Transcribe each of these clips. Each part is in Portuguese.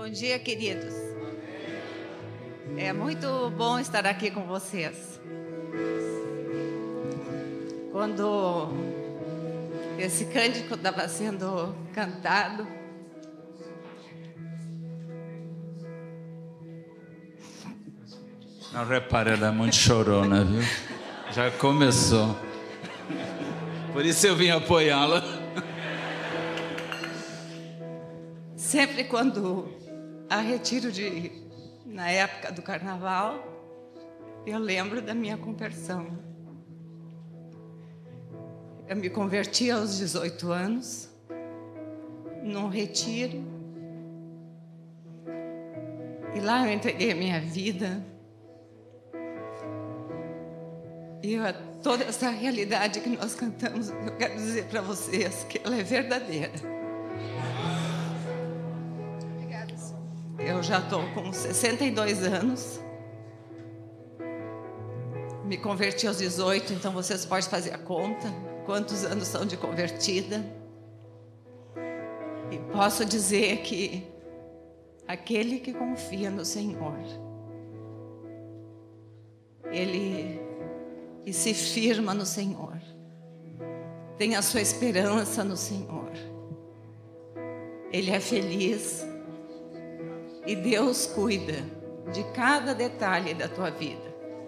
Bom dia, queridos. É muito bom estar aqui com vocês. Quando esse cântico estava sendo cantado, não repare, ela é muito chorona, viu? Já começou. Por isso eu vim apoiá-la. sempre quando há retiro na época do carnaval, eu lembro da minha conversão. Eu me converti aos 18 anos, num retiro, e lá eu entreguei a minha vida. E toda essa realidade que nós cantamos, eu quero dizer para vocês que ela é verdadeira. Eu já estou com 62 anos. Me converti aos 18, então vocês podem fazer a conta. Quantos anos são de convertida? E posso dizer que aquele que confia no Senhor, e se firma no Senhor, tem a sua esperança no Senhor, ele é feliz e Deus cuida de cada detalhe da tua vida.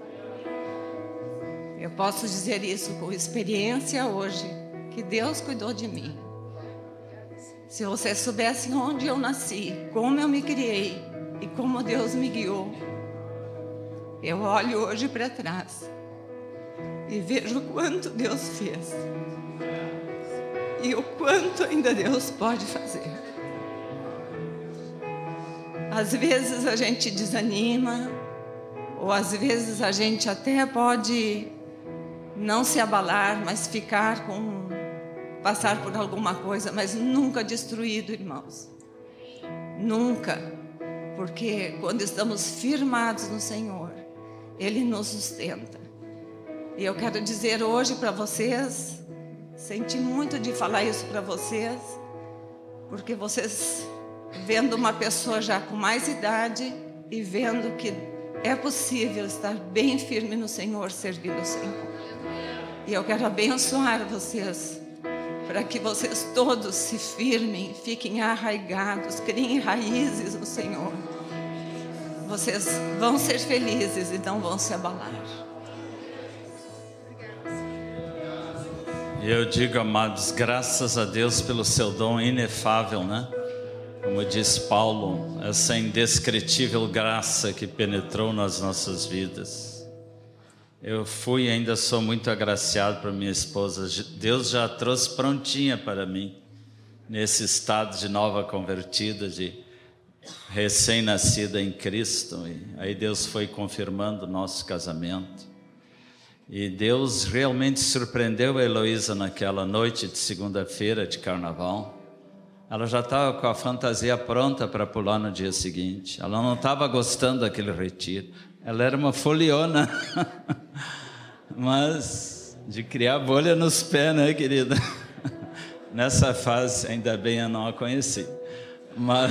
Eu posso dizer isso com experiência hoje, que Deus cuidou de mim. Se vocês soubessem onde eu nasci, como eu me criei e como Deus me guiou, eu olho hoje para trás e vejo o quanto Deus fez e o quanto ainda Deus pode fazer. Às vezes a gente desanima, ou às vezes a gente até pode não se abalar, mas passar por alguma coisa, mas nunca destruído, irmãos. Nunca. Porque quando estamos firmados no Senhor, Ele nos sustenta. E eu quero dizer hoje para vocês, senti muito de falar isso para vocês, porque vocês, vendo uma pessoa já com mais idade e vendo que é possível estar bem firme no Senhor, servindo o Senhor. E eu quero abençoar vocês, para que vocês todos se firmem, fiquem arraigados, criem raízes no Senhor. Vocês vão ser felizes e não vão se abalar. E eu digo, amados, graças a Deus pelo seu dom inefável, né? Como diz Paulo, essa indescritível graça que penetrou nas nossas vidas. Eu fui e ainda sou muito agraciado por minha esposa. Deus já trouxe prontinha para mim, nesse estado de nova convertida, de recém-nascida em Cristo. E aí Deus foi confirmando o nosso casamento. E Deus realmente surpreendeu a Heloísa naquela noite de segunda-feira de carnaval. Ela já estava com a fantasia pronta para pular no dia seguinte. Ela não estava gostando daquele retiro. Ela era uma foliona. Mas de criar bolha nos pés, né, querida? Nessa fase, ainda bem eu não a conheci. Mas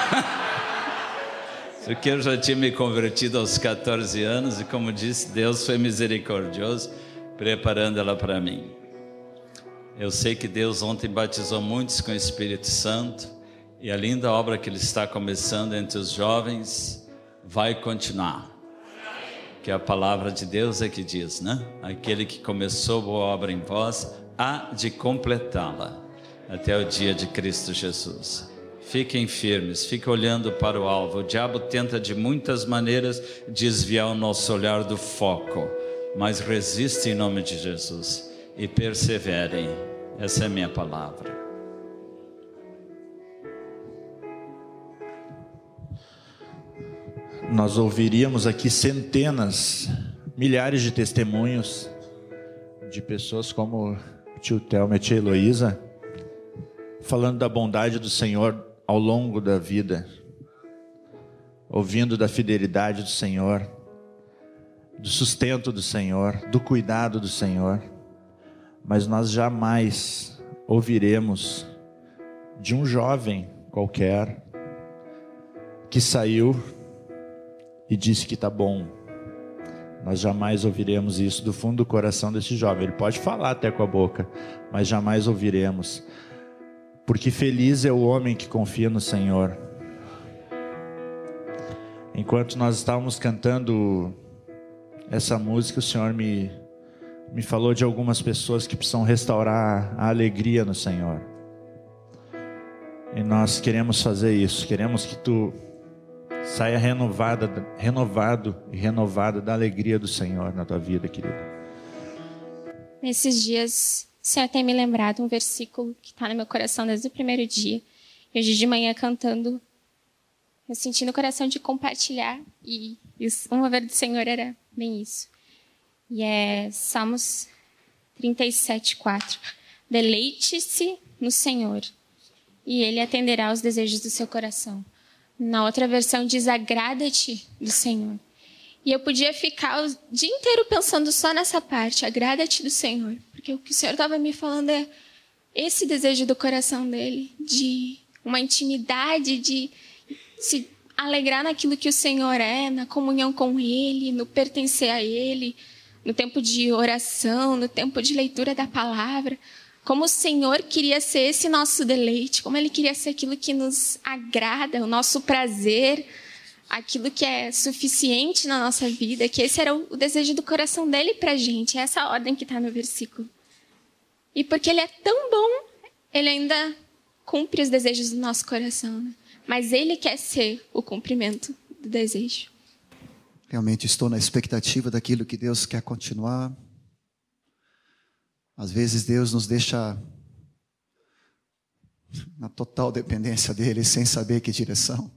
porque eu já tinha me convertido aos 14 anos e, como disse, Deus foi misericordioso, preparando ela para mim. Eu sei que Deus ontem batizou muitos com o Espírito Santo, e a linda obra que Ele está começando entre os jovens vai continuar. Que a palavra de Deus é que diz, né? Aquele que começou boa obra em vós, há de completá-la até o dia de Cristo Jesus. Fiquem firmes, fiquem olhando para o alvo. O diabo tenta de muitas maneiras desviar o nosso olhar do foco, mas resistem em nome de Jesus e perseverem. Essa é a minha palavra. Nós ouviríamos aqui centenas, milhares de testemunhos de pessoas como o tio Thelma e a tia Heloísa, falando da bondade do Senhor ao longo da vida, ouvindo da fidelidade do Senhor, do sustento do Senhor, do cuidado do Senhor. Mas nós jamais ouviremos de um jovem qualquer que saiu e disse que está bom. Nós jamais ouviremos isso do fundo do coração desse jovem. Ele pode falar até com a boca, mas jamais ouviremos. Porque feliz é o homem que confia no Senhor. Enquanto nós estávamos cantando essa música, o Senhor me falou de algumas pessoas que precisam restaurar a alegria no Senhor. E nós queremos fazer isso. Queremos que tu saia renovado e renovada da alegria do Senhor na tua vida, querido. Nesses dias, o Senhor tem me lembrado um versículo que está no meu coração desde o primeiro dia. E hoje de manhã cantando, eu senti no coração de compartilhar. E o mover do Senhor era bem isso. E é Salmos 37:4. Deleite-se no Senhor, e Ele atenderá aos desejos do seu coração. Na outra versão diz, agrada-te do Senhor. E eu podia ficar o dia inteiro pensando só nessa parte, agrada-te do Senhor. Porque o que o Senhor estava me falando é esse desejo do coração dele, de uma intimidade, de se alegrar naquilo que o Senhor é, na comunhão com Ele, no pertencer a Ele, no tempo de oração, no tempo de leitura da palavra. Como o Senhor queria ser esse nosso deleite, como Ele queria ser aquilo que nos agrada, o nosso prazer, aquilo que é suficiente na nossa vida, que esse era o desejo do coração dele para a gente, é essa ordem que está no versículo. E porque Ele é tão bom, Ele ainda cumpre os desejos do nosso coração, né? Mas Ele quer ser o cumprimento do desejo. Realmente estou na expectativa daquilo que Deus quer continuar. Às vezes Deus nos deixa na total dependência dEle, sem saber que direção.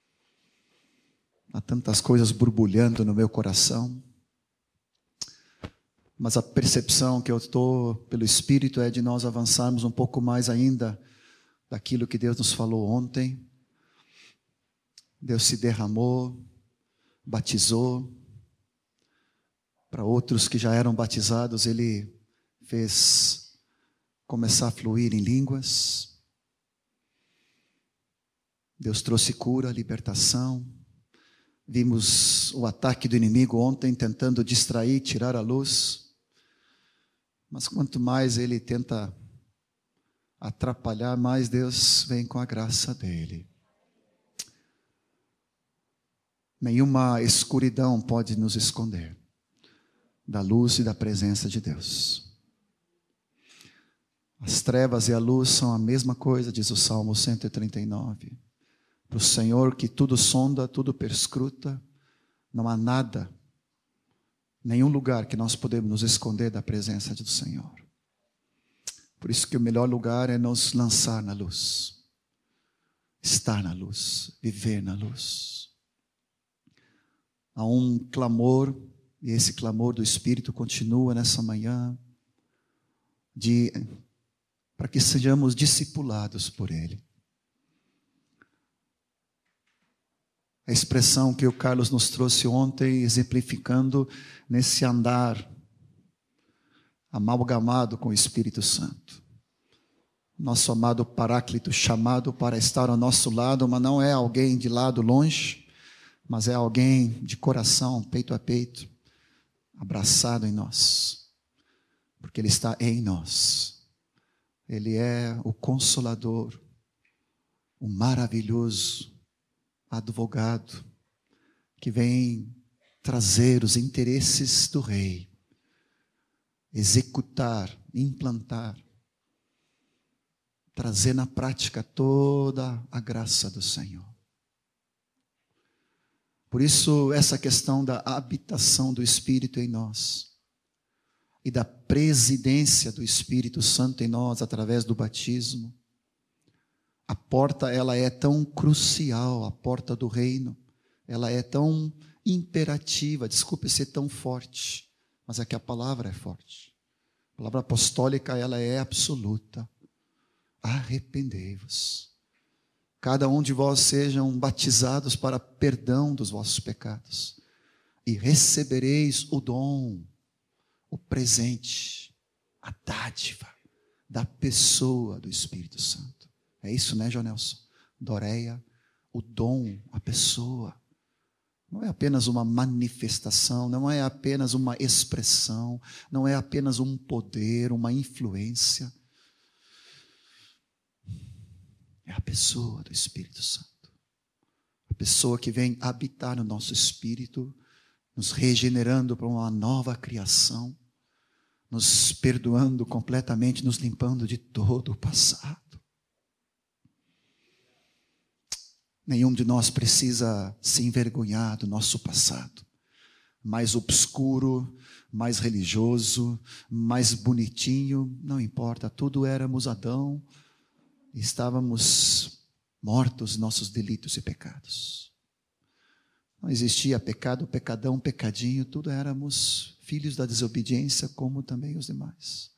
Há tantas coisas borbulhando no meu coração. Mas a percepção que eu estou pelo Espírito é de nós avançarmos um pouco mais ainda daquilo que Deus nos falou ontem. Deus se derramou, batizou. Para outros que já eram batizados, Ele fez começar a fluir em línguas. Deus trouxe cura, libertação. Vimos o ataque do inimigo ontem tentando distrair, tirar a luz. Mas quanto mais ele tenta atrapalhar, mais Deus vem com a graça dele. Nenhuma escuridão pode nos esconder da luz e da presença de Deus. As trevas e a luz são a mesma coisa, diz o Salmo 139. Para o Senhor que tudo sonda, tudo perscruta, não há nada, nenhum lugar que nós podemos nos esconder da presença do Senhor. Por isso que o melhor lugar é nos lançar na luz, estar na luz, viver na luz. Há um clamor, e esse clamor do Espírito continua nessa manhã, para que sejamos discipulados por Ele. A expressão que o Carlos nos trouxe ontem, exemplificando nesse andar amalgamado com o Espírito Santo. Nosso amado Paráclito, chamado para estar ao nosso lado, mas não é alguém de lado longe, mas é alguém de coração, peito a peito, abraçado em nós, porque Ele está em nós. Ele é o Consolador, o maravilhoso advogado, que vem trazer os interesses do Rei, executar, implantar, trazer na prática toda a graça do Senhor. Por isso, essa questão da habitação do Espírito em nós e da presidência do Espírito Santo em nós através do batismo, a porta, ela é tão crucial, a porta do reino, ela é tão imperativa, desculpe ser tão forte, mas é que a palavra é forte. A palavra apostólica, ela é absoluta. Arrependei-vos. Cada um de vós sejam batizados para perdão dos vossos pecados, e recebereis o dom, o presente, a dádiva da pessoa do Espírito Santo. É isso, né, Jonelson? Doreia, o dom, a pessoa. Não é apenas uma manifestação, não é apenas uma expressão, não é apenas um poder, uma influência. É a pessoa do Espírito Santo. A pessoa que vem habitar no nosso espírito, nos regenerando para uma nova criação, nos perdoando completamente, nos limpando de todo o passado. Nenhum de nós precisa se envergonhar do nosso passado. Mais obscuro, mais religioso, mais bonitinho, não importa. Tudo éramos Adão. Estávamos mortos em nossos delitos e pecados. Não existia pecado, pecadão, pecadinho. Tudo éramos filhos da desobediência, como também os demais.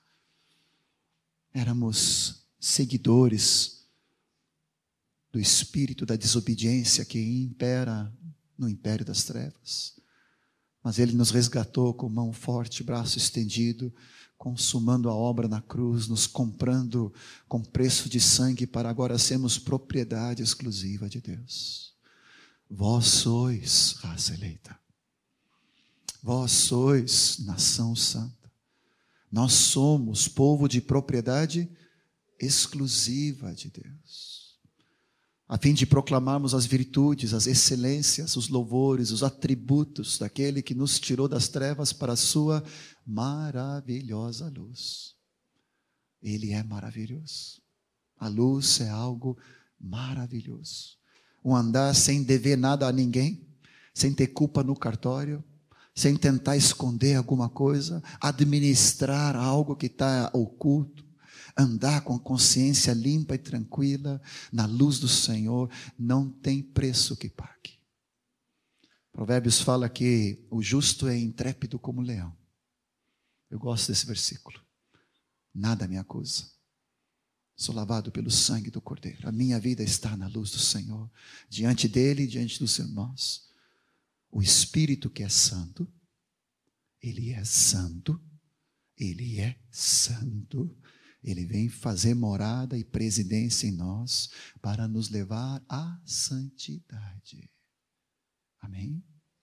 Éramos seguidores do espírito da desobediência que impera no império das trevas. Mas Ele nos resgatou com mão forte, braço estendido, consumando a obra na cruz, nos comprando com preço de sangue para agora sermos propriedade exclusiva de Deus. Vós sois raça eleita. Vós sois nação santa. Nós somos povo de propriedade exclusiva de Deus. A fim de proclamarmos as virtudes, as excelências, os louvores, os atributos daquele que nos tirou das trevas para a sua maravilhosa luz. Ele é maravilhoso. A luz é algo maravilhoso. Um andar sem dever nada a ninguém, sem ter culpa no cartório, sem tentar esconder alguma coisa, administrar algo que está oculto. Andar com a consciência limpa e tranquila, na luz do Senhor, não tem preço que pague. Provérbios fala que o justo é intrépido como leão. Eu gosto desse versículo. Nada me acusa. Sou lavado pelo sangue do Cordeiro. A minha vida está na luz do Senhor, diante dele e diante dos irmãos. O Espírito que é santo, ele é santo, ele é santo. Ele vem fazer morada e presidência em nós para nos levar à santidade. Amém?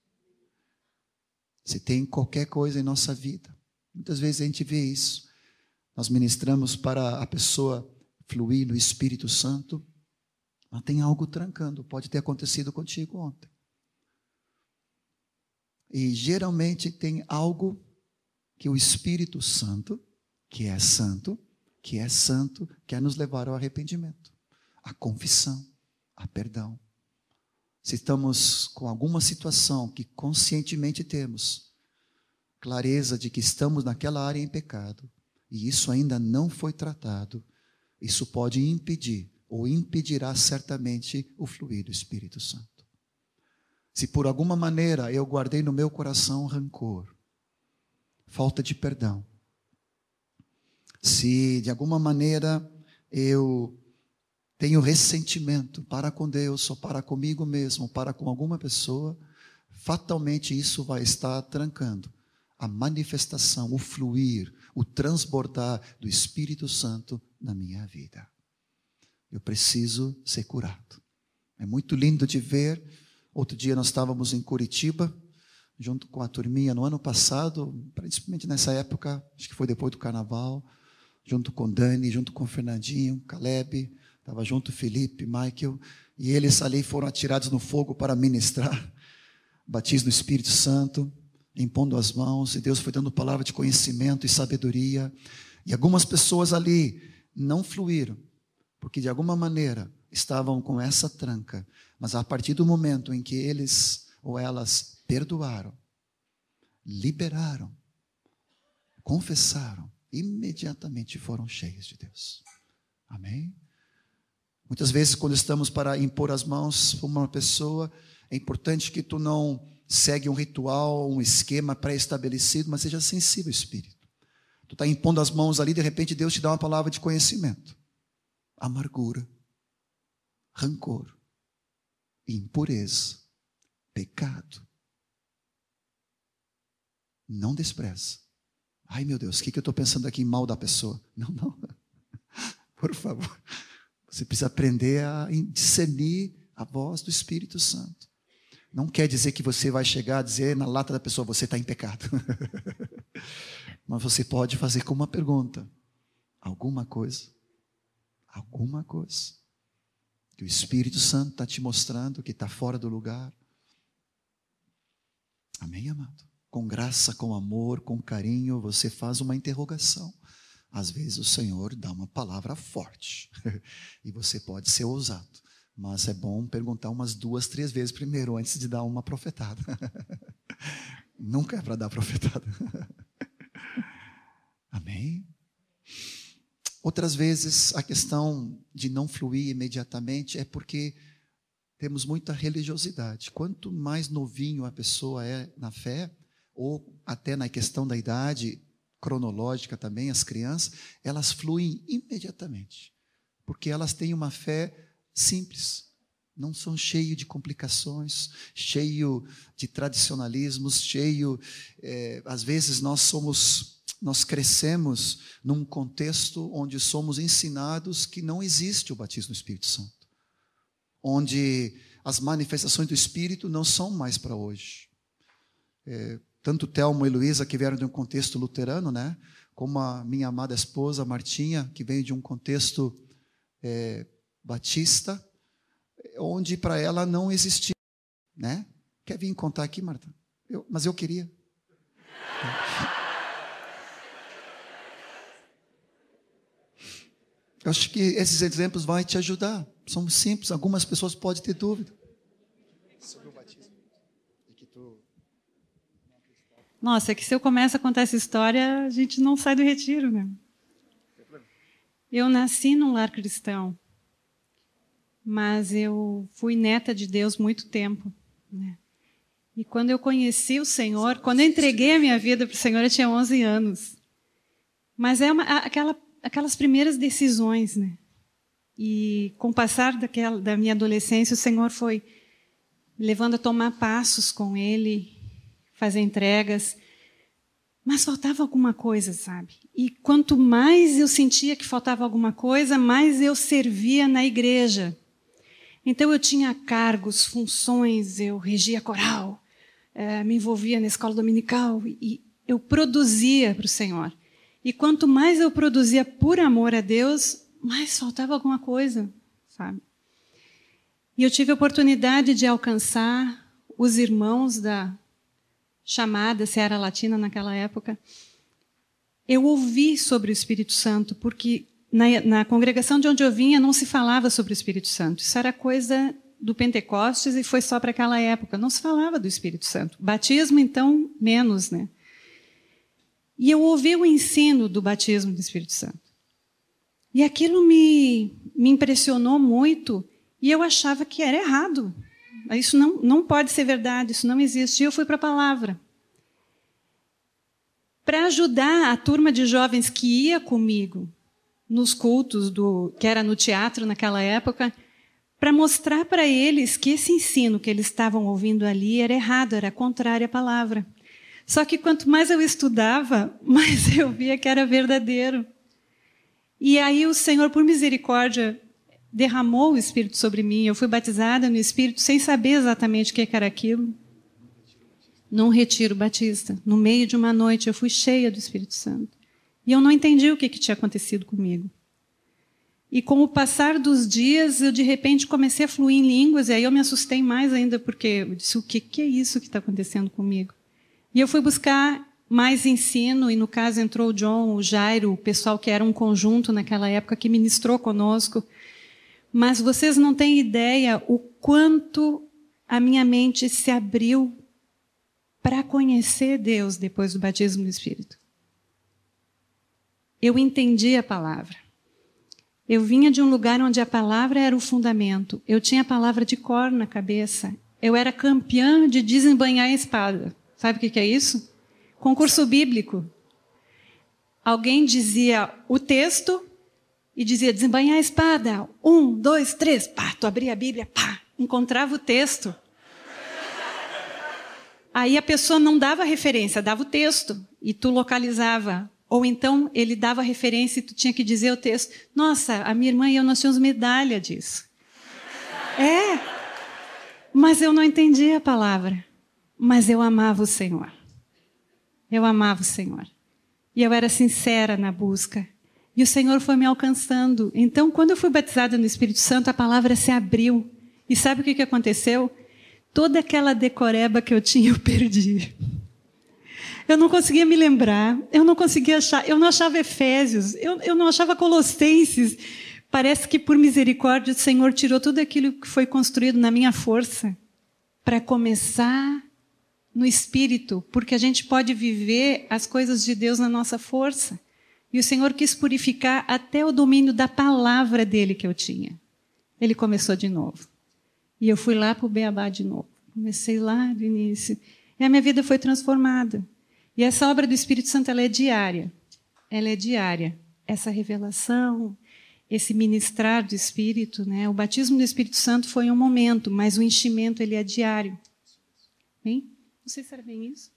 Se tem qualquer coisa em nossa vida, muitas vezes a gente vê isso. Nós ministramos para a pessoa fluir no Espírito Santo, mas tem algo trancando. Pode ter acontecido contigo ontem. E geralmente tem algo que o Espírito Santo, que é santo, quer nos levar ao arrependimento, à confissão, a perdão. Se estamos com alguma situação que conscientemente temos clareza de que estamos naquela área em pecado, e isso ainda não foi tratado, isso pode impedir, ou impedirá certamente o fluir do Espírito Santo. Se por alguma maneira eu guardei no meu coração rancor, falta de perdão, se de alguma maneira eu tenho ressentimento para com Deus, ou para comigo mesmo, para com alguma pessoa, fatalmente isso vai estar trancando a manifestação, o fluir, o transbordar do Espírito Santo na minha vida. Eu preciso ser curado. É muito lindo de ver. Outro dia nós estávamos em Curitiba, junto com a turminha no ano passado, principalmente nessa época, acho que foi depois do carnaval, junto com Dani, junto com Fernandinho, Caleb, estava junto Felipe, Michael, e eles ali foram atirados no fogo para ministrar, batismo no Espírito Santo, impondo as mãos, e Deus foi dando palavra de conhecimento e sabedoria, e algumas pessoas ali não fluíram, porque de alguma maneira estavam com essa tranca, mas a partir do momento em que eles ou elas perdoaram, liberaram, confessaram, imediatamente foram cheios de Deus. Amém? Muitas vezes quando estamos para impor as mãos para uma pessoa, é importante que tu não segue um ritual, um esquema pré-estabelecido, mas seja sensível ao Espírito. Tu está impondo as mãos ali, de repente Deus te dá uma palavra de conhecimento. Amargura, rancor, impureza, pecado. Não despreza. Ai meu Deus, o que eu estou pensando aqui em mal da pessoa? Não. Por favor. Você precisa aprender a discernir A voz do Espírito Santo. Não quer dizer que você vai chegar a dizer na lata da pessoa, você está em pecado. Mas você pode fazer com uma pergunta. Alguma coisa que o Espírito Santo está te mostrando que está fora do lugar. Amém, amado? Com graça, com amor, com carinho, você faz uma interrogação. Às vezes o Senhor dá uma palavra forte e você pode ser ousado. Mas é bom perguntar umas 2, 3 vezes primeiro, antes de dar uma profetada. Nunca é para dar profetada. Amém? Outras vezes, a questão de não fluir imediatamente é porque temos muita religiosidade. Quanto mais novinho a pessoa é na fé, ou até na questão da idade cronológica também, as crianças, elas fluem imediatamente. Porque elas têm uma fé simples, não são cheios de complicações, cheio de tradicionalismos, às vezes nós crescemos num contexto onde somos ensinados que não existe o batismo do Espírito Santo, onde as manifestações do Espírito não são mais para hoje. Tanto Telmo e Luísa, que vieram de um contexto luterano, né, como a minha amada esposa Martinha, que veio de um contexto batista, onde para ela não existia, né? Quer vir contar aqui, Marta? Mas eu queria. Eu acho que esses exemplos vão te ajudar. São simples, algumas pessoas podem ter dúvida. Sobre o batismo. Nossa, é que se eu começo a contar essa história, a gente não sai do retiro, né? Eu nasci num lar cristão, mas eu fui neta de Deus muito tempo, né? E quando eu conheci o Senhor, quando eu entreguei a minha vida para o Senhor, eu tinha 11 anos. Mas é aquelas primeiras decisões, né? E com o passar da minha adolescência, o Senhor foi me levando a tomar passos com Ele, fazer entregas. Mas faltava alguma coisa, sabe? E quanto mais eu sentia que faltava alguma coisa, mais eu servia na igreja. Então eu tinha cargos, funções, eu regia coral, me envolvia na escola dominical e eu produzia para o Senhor. E quanto mais eu produzia por amor a Deus, mais faltava alguma coisa, sabe? E eu tive a oportunidade de alcançar os irmãos da chamada Seara Latina naquela época. Eu ouvi sobre o Espírito Santo, porque na congregação de onde eu vinha não se falava sobre o Espírito Santo. Isso era coisa do Pentecostes e foi só para aquela época. Não se falava do Espírito Santo. Batismo, então, menos, né? E eu ouvi o ensino do batismo do Espírito Santo. E aquilo me impressionou muito e eu achava que era errado. Isso não pode ser verdade, isso não existe. E eu fui para a palavra. Para ajudar a turma de jovens que ia comigo nos cultos, que era no teatro naquela época, para mostrar para eles que esse ensino que eles estavam ouvindo ali era errado, era contrário à palavra. Só que quanto mais eu estudava, mais eu via que era verdadeiro. E aí o Senhor, por misericórdia, derramou o Espírito sobre mim. Eu fui batizada no Espírito sem saber exatamente o que era aquilo. Num retiro batista, no meio de uma noite, eu fui cheia do Espírito Santo. E eu não entendi o que tinha acontecido comigo. E com o passar dos dias, eu de repente comecei a fluir em línguas, e aí eu me assustei mais ainda, porque eu disse, o que é isso que está acontecendo comigo? E eu fui buscar mais ensino, e no caso entrou o John, o Jairo, o pessoal que era um conjunto naquela época, que ministrou conosco. Mas vocês não têm ideia o quanto a minha mente se abriu para conhecer Deus depois do batismo do Espírito. Eu entendi a palavra. Eu vinha de um lugar onde a palavra era o fundamento. Eu tinha a palavra de cor na cabeça. Eu era campeã de desembainhar a espada. Sabe o que é isso? Concurso bíblico. Alguém dizia o texto e dizia desembainhar a espada. 1, 2, 3. Pá, tu abria a Bíblia, pá, encontrava o texto. Aí a pessoa não dava referência, dava o texto e tu localizava. Ou então ele dava referência e tu tinha que dizer o texto. Nossa, a minha irmã e eu, nós tínhamos medalha disso. Mas eu não entendia a palavra. Mas eu amava o Senhor. Eu amava o Senhor. E eu era sincera na busca. E o Senhor foi me alcançando. Então, quando eu fui batizada no Espírito Santo, a palavra se abriu. E sabe o que aconteceu? Toda aquela decoreba que eu tinha, eu perdi. Eu não conseguia me lembrar, eu não conseguia achar, eu não achava Efésios, eu não achava Colossenses. Parece que, por misericórdia, o Senhor tirou tudo aquilo que foi construído na minha força para começar no Espírito, porque a gente pode viver as coisas de Deus na nossa força. E o Senhor quis purificar até o domínio da palavra dele que eu tinha. Ele começou de novo. E eu fui lá para o Beabá de novo. Comecei lá do início. E a minha vida foi transformada. E essa obra do Espírito Santo, ela é diária. Ela é diária. Essa revelação, esse ministrar do Espírito, né? O batismo do Espírito Santo foi um momento, mas o enchimento, ele é diário. Bem? Não sei se era bem isso.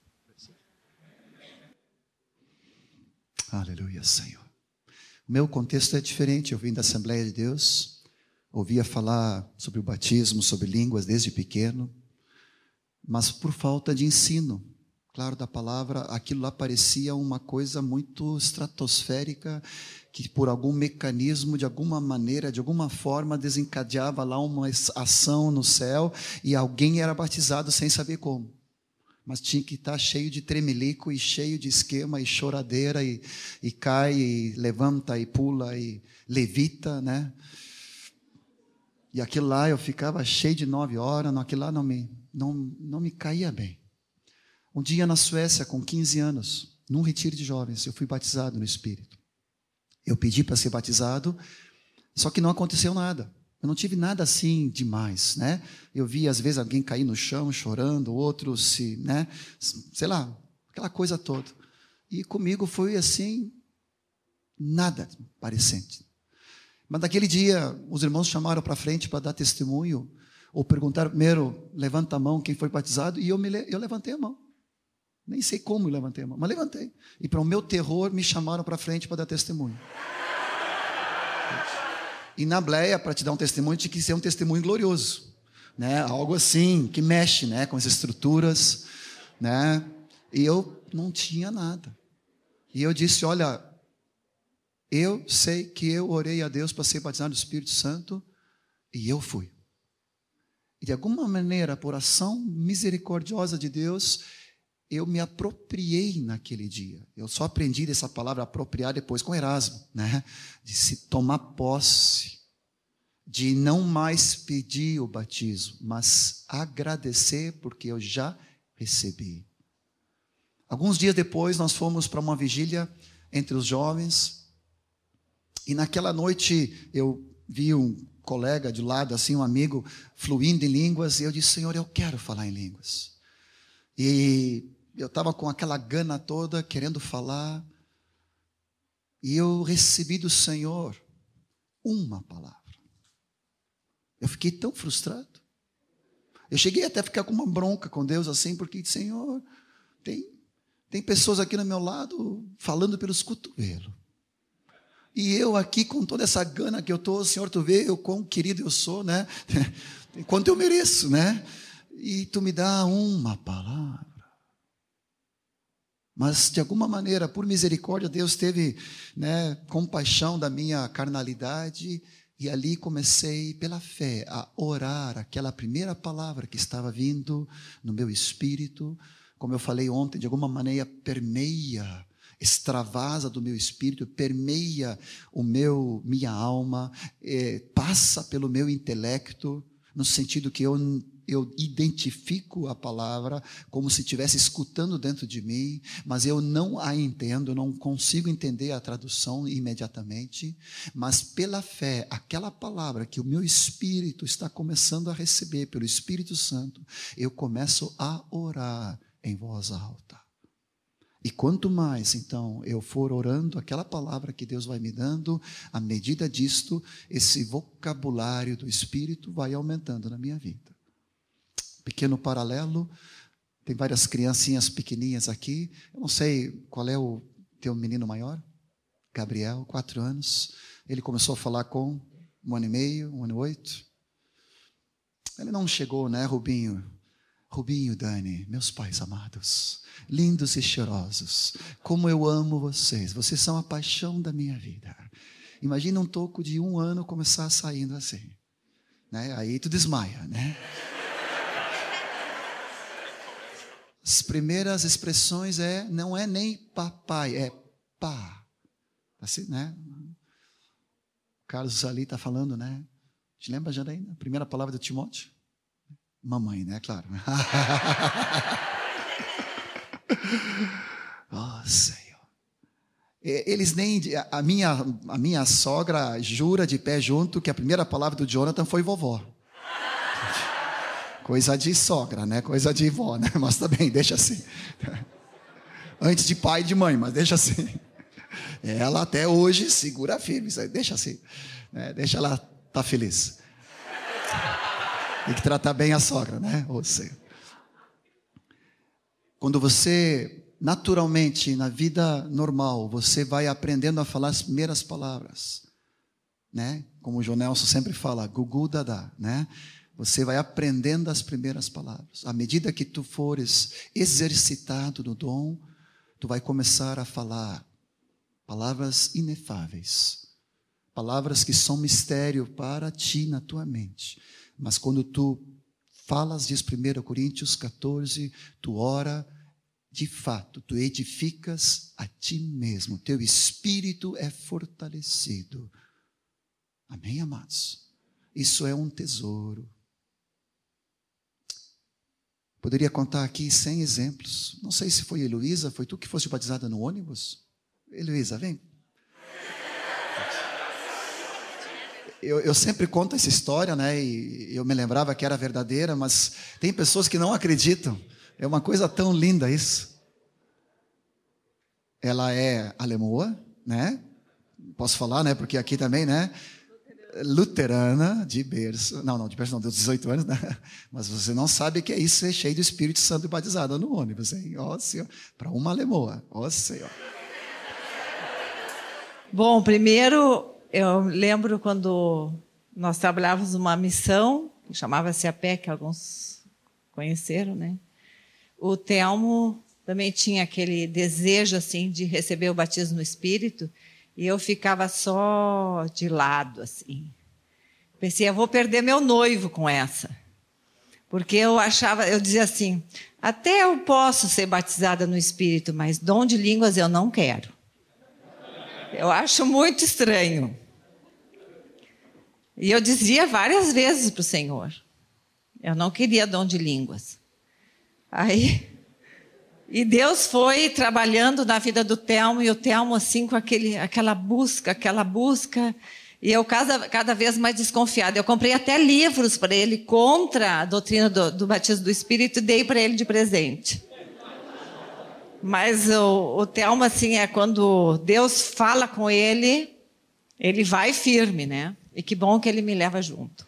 Aleluia, Senhor. O meu contexto é diferente. Eu vim da Assembleia de Deus, ouvia falar sobre o batismo, sobre línguas desde pequeno, mas por falta de ensino, claro, da palavra, aquilo lá parecia uma coisa muito estratosférica, que por algum mecanismo, de alguma maneira, de alguma forma, desencadeava lá uma ação no céu e alguém era batizado sem saber como. Mas tinha que estar cheio de tremelico e cheio de esquema e choradeira e cai e levanta e pula e levita, né? E aquilo lá eu ficava cheio de 9 horas, aquilo lá não me caía bem. Um dia na Suécia, com 15 anos, num retiro de jovens, eu fui batizado no Espírito. Eu pedi para ser batizado, só que não aconteceu nada. Eu não tive nada assim demais, né? Eu vi às vezes alguém cair no chão chorando, outro né? Sei lá, aquela coisa toda. E comigo foi assim, nada parecente. Mas naquele dia, os irmãos chamaram para frente para dar testemunho, ou perguntaram primeiro, levanta a mão quem foi batizado, e eu levantei a mão. Nem sei como eu levantei a mão, mas levantei. E para o meu terror, me chamaram para frente para dar testemunho. E na Bleia, para te dar um testemunho, tinha que ser um testemunho glorioso, né? Algo assim, que mexe, né? Com as estruturas, né? E eu não tinha nada. E eu disse, olha, eu sei que eu orei a Deus para ser batizado no Espírito Santo, e eu fui. E de alguma maneira, por ação misericordiosa de Deus, eu me apropriei naquele dia. Eu só aprendi dessa palavra apropriar depois com Erasmo, né? De se tomar posse, de não mais pedir o batismo, mas agradecer porque eu já recebi. Alguns dias depois nós fomos para uma vigília entre os jovens, e naquela noite eu vi um colega de lado, assim, um amigo, fluindo em línguas, e eu disse, Senhor, eu quero falar em línguas. E eu estava com aquela gana toda, querendo falar, e eu recebi do Senhor uma palavra. Eu fiquei tão frustrado. Eu cheguei até a ficar com uma bronca com Deus, assim, porque, Senhor, tem pessoas aqui no meu lado falando pelos cotovelos. E eu aqui com toda essa gana que eu estou, Senhor, tu vê o quão querido eu sou, né? Quanto eu mereço, né? E tu me dá uma palavra. Mas, de alguma maneira, por misericórdia, Deus teve, né, compaixão da minha carnalidade, e ali comecei, pela fé, a orar aquela primeira palavra que estava vindo no meu espírito. Como eu falei ontem, de alguma maneira permeia, extravasa do meu espírito, permeia minha alma, passa pelo meu intelecto, no sentido que eu identifico a palavra como se estivesse escutando dentro de mim, mas eu não a entendo, não consigo entender a tradução imediatamente, mas pela fé, aquela palavra que o meu espírito está começando a receber pelo Espírito Santo, eu começo a orar em voz alta. E quanto mais, então, eu for orando aquela palavra que Deus vai me dando, à medida disto, esse vocabulário do Espírito vai aumentando na minha vida. Pequeno paralelo, tem várias criancinhas pequeninhas aqui. Eu não sei qual é o teu menino maior, Gabriel, 4 anos. Ele começou a falar com 1 ano e meio, 1 ano e 8. Ele não chegou, né, Rubinho? Rubinho, Dani, meus pais amados, lindos e cheirosos, como eu amo vocês. Vocês são a paixão da minha vida. Imagina um toco de 1 ano começar saindo assim, né? Aí tu desmaia, né? As primeiras expressões não é nem papai, é pá. Assim, né? O Carlos ali está falando, né? Te lembra, Janaína? A primeira palavra do Timóteo? Mamãe, né? Claro. Oh, Senhor. Eles nem... A minha sogra jura de pé junto que a primeira palavra do Jonathan foi vovó. Coisa de sogra, né? Coisa de vó, né? Mas tá bem, deixa assim. Antes de pai e de mãe, mas deixa assim. Ela até hoje segura firme, deixa assim. Né? Deixa ela estar feliz. Tem que tratar bem a sogra, né? Ou seja, quando você, naturalmente, na vida normal, você vai aprendendo a falar as primeiras palavras, né? Como o João Nelson sempre fala, gugu dadá, né? Você vai aprendendo as primeiras palavras. À medida que tu fores exercitado no dom, tu vai começar a falar palavras inefáveis, palavras que são mistério para ti na tua mente. Mas quando tu falas, diz 1 Coríntios 14, tu ora, de fato, tu edificas a ti mesmo, teu espírito é fortalecido. Amém, amados? Isso é um tesouro. Poderia contar aqui 100 exemplos. Não sei se foi Heloísa, foi tu que foste batizada no ônibus? Heloísa, vem. Eu sempre conto essa história, né? E eu me lembrava que era verdadeira, mas tem pessoas que não acreditam. É uma coisa tão linda isso. Ela é alemoa, né? Posso falar, né? Porque aqui também, né? Luterana de berço. Não, de berço não, deu 18 anos, né? Mas você não sabe que é isso, ser cheio do Espírito Santo e batizada no ônibus, hein? Ó, Senhor. Para uma alemoa. Ó, Senhor. Bom, primeiro, eu lembro quando nós trabalhávamos numa missão, que chamava-se APEC, alguns conheceram, né? O Telmo também tinha aquele desejo, assim, de receber o batismo no Espírito, e eu ficava só de lado, assim. Pensei, eu vou perder meu noivo com essa. Porque eu dizia assim, até eu posso ser batizada no Espírito, mas dom de línguas eu não quero. Eu acho muito estranho. E eu dizia várias vezes para o Senhor, eu não queria dom de línguas. E Deus foi trabalhando na vida do Telmo, e o Telmo assim com aquela busca, e eu cada vez mais desconfiada. Eu comprei até livros para ele contra a doutrina do batismo do Espírito e dei para ele de presente. Mas o Telmo, assim, quando Deus fala com ele, ele vai firme, né? E que bom que ele me leva junto.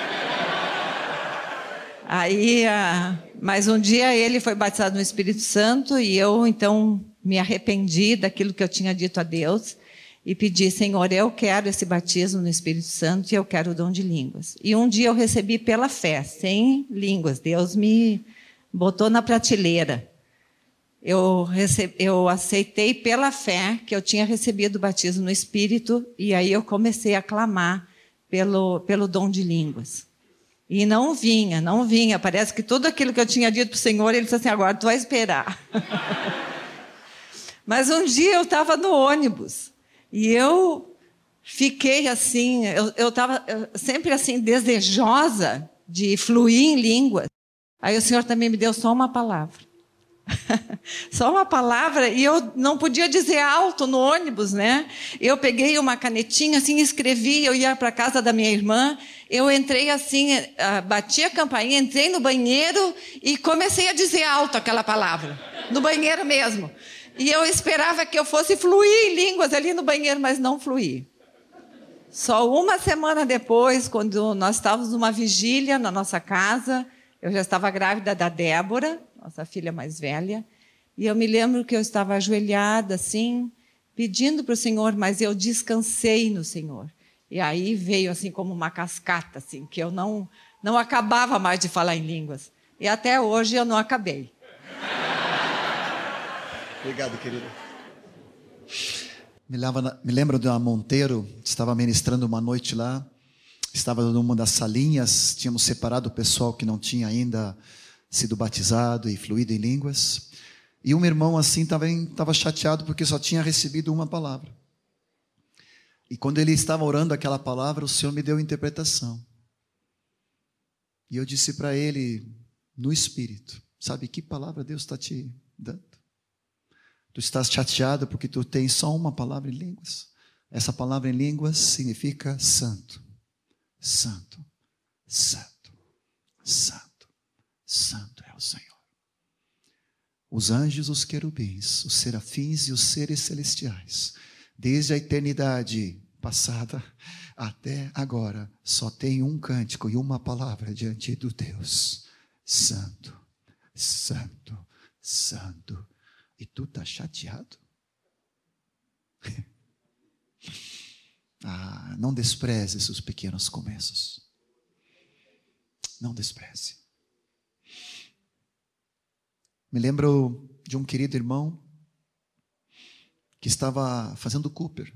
Mas um dia ele foi batizado no Espírito Santo e eu, então, me arrependi daquilo que eu tinha dito a Deus e pedi, Senhor, eu quero esse batismo no Espírito Santo e eu quero o dom de línguas. E um dia eu recebi pela fé, sem línguas. Deus me botou na prateleira. Eu aceitei pela fé que eu tinha recebido o batismo no Espírito e aí eu comecei a clamar pelo dom de línguas. E não vinha. Parece que tudo aquilo que eu tinha dito para o Senhor, ele disse assim, agora tu vai esperar. Mas um dia eu estava no ônibus e eu fiquei assim, eu estava sempre assim desejosa de fluir em línguas. Aí o Senhor também me deu só uma palavra. Só uma palavra, e eu não podia dizer alto no ônibus, né? Eu peguei uma canetinha assim, escrevi, eu ia para a casa da minha irmã, eu entrei assim, bati a campainha, entrei no banheiro e comecei a dizer alto aquela palavra, no banheiro mesmo. E eu esperava que eu fosse fluir em línguas ali no banheiro, mas não fluí. Só uma semana depois, quando nós estávamos numa vigília na nossa casa, eu já estava grávida da Débora, nossa filha mais velha, e eu me lembro que eu estava ajoelhada, assim, pedindo para o Senhor, mas eu descansei no Senhor. E aí veio, assim, como uma cascata, assim, que eu não Não acabava mais de falar em línguas. E até hoje eu não acabei. Obrigado, querida. Me lembro de uma Monteiro, estava ministrando uma noite lá, estava numa das salinhas, tínhamos separado o pessoal que não tinha ainda sido batizado e fluído em línguas, e um irmão assim estava chateado porque só tinha recebido uma palavra. E quando ele estava orando aquela palavra, o Senhor me deu interpretação. E eu disse para ele, no Espírito, sabe que palavra Deus está te dando? Tu estás chateado porque tu tens só uma palavra em línguas. Essa palavra em línguas significa santo. Santo, santo, santo, santo é o Senhor. Os anjos, os querubins, os serafins e os seres celestiais, desde a eternidade passada até agora, só tem um cântico e uma palavra diante do Deus. Santo, santo, santo. E tu está chateado? Não despreze os pequenos começos. Não despreze. Me lembro de um querido irmão que estava fazendo Cooper.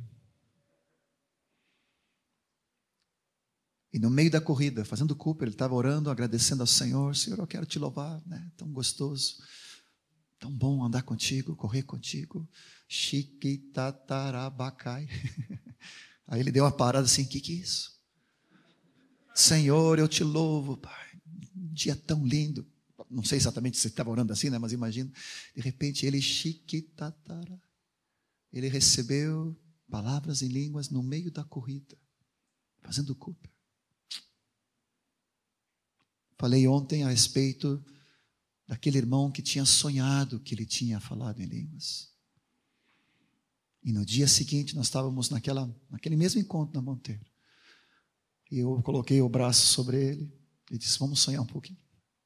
E no meio da corrida, fazendo Cooper, ele estava orando, agradecendo ao Senhor. Senhor, eu quero te louvar, né? Tão gostoso. Tão bom andar contigo, correr contigo. Chiquitatarabacai. Aí ele deu uma parada assim, o que é isso? Senhor, eu te louvo, Pai. Um dia tão lindo. Não sei exatamente se ele estava orando assim, né? Mas imagino. De repente ele chiquitatara. Ele recebeu palavras em línguas no meio da corrida, fazendo Cooper. Falei ontem a respeito daquele irmão que tinha sonhado que ele tinha falado em línguas. E no dia seguinte nós estávamos naquele mesmo encontro na Monteiro. E eu coloquei o braço sobre ele e disse, vamos sonhar um pouquinho.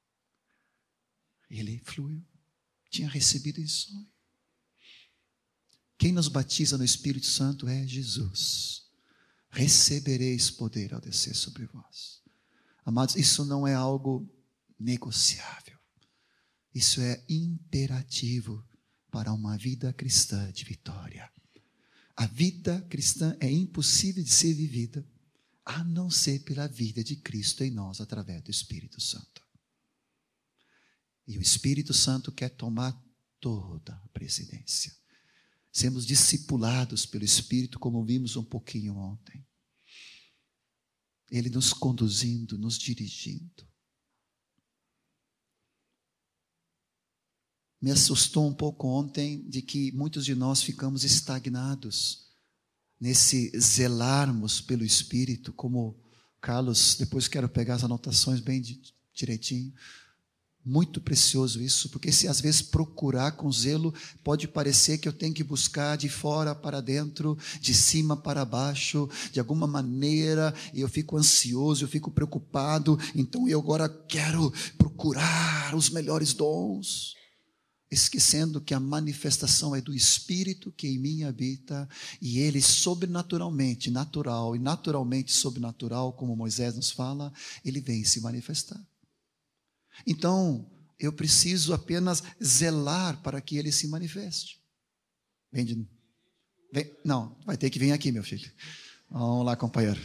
Ele fluiu, tinha recebido em sonho. Quem nos batiza no Espírito Santo é Jesus. Recebereis poder ao descer sobre vós. Amados, isso não é algo negociável. Isso é imperativo para uma vida cristã de vitória. A vida cristã é impossível de ser vivida a não ser pela vida de Cristo em nós através do Espírito Santo. E o Espírito Santo quer tomar toda a presidência. Sermos discipulados pelo Espírito, como vimos um pouquinho ontem. Ele nos conduzindo, nos dirigindo. Me assustou um pouco ontem de que muitos de nós ficamos estagnados nesse zelarmos pelo Espírito, como Carlos, depois quero pegar as anotações bem direitinho. Muito precioso isso, porque se às vezes procurar com zelo, pode parecer que eu tenho que buscar de fora para dentro, de cima para baixo, de alguma maneira, e eu fico ansioso, eu fico preocupado, então eu agora quero procurar os melhores dons, esquecendo que a manifestação é do Espírito que em mim habita, e Ele sobrenaturalmente, natural e naturalmente sobrenatural, como Moisés nos fala, Ele vem se manifestar. Então, eu preciso apenas zelar para que Ele se manifeste. Não, vai ter que vir aqui, meu filho. Vamos lá, companheiro.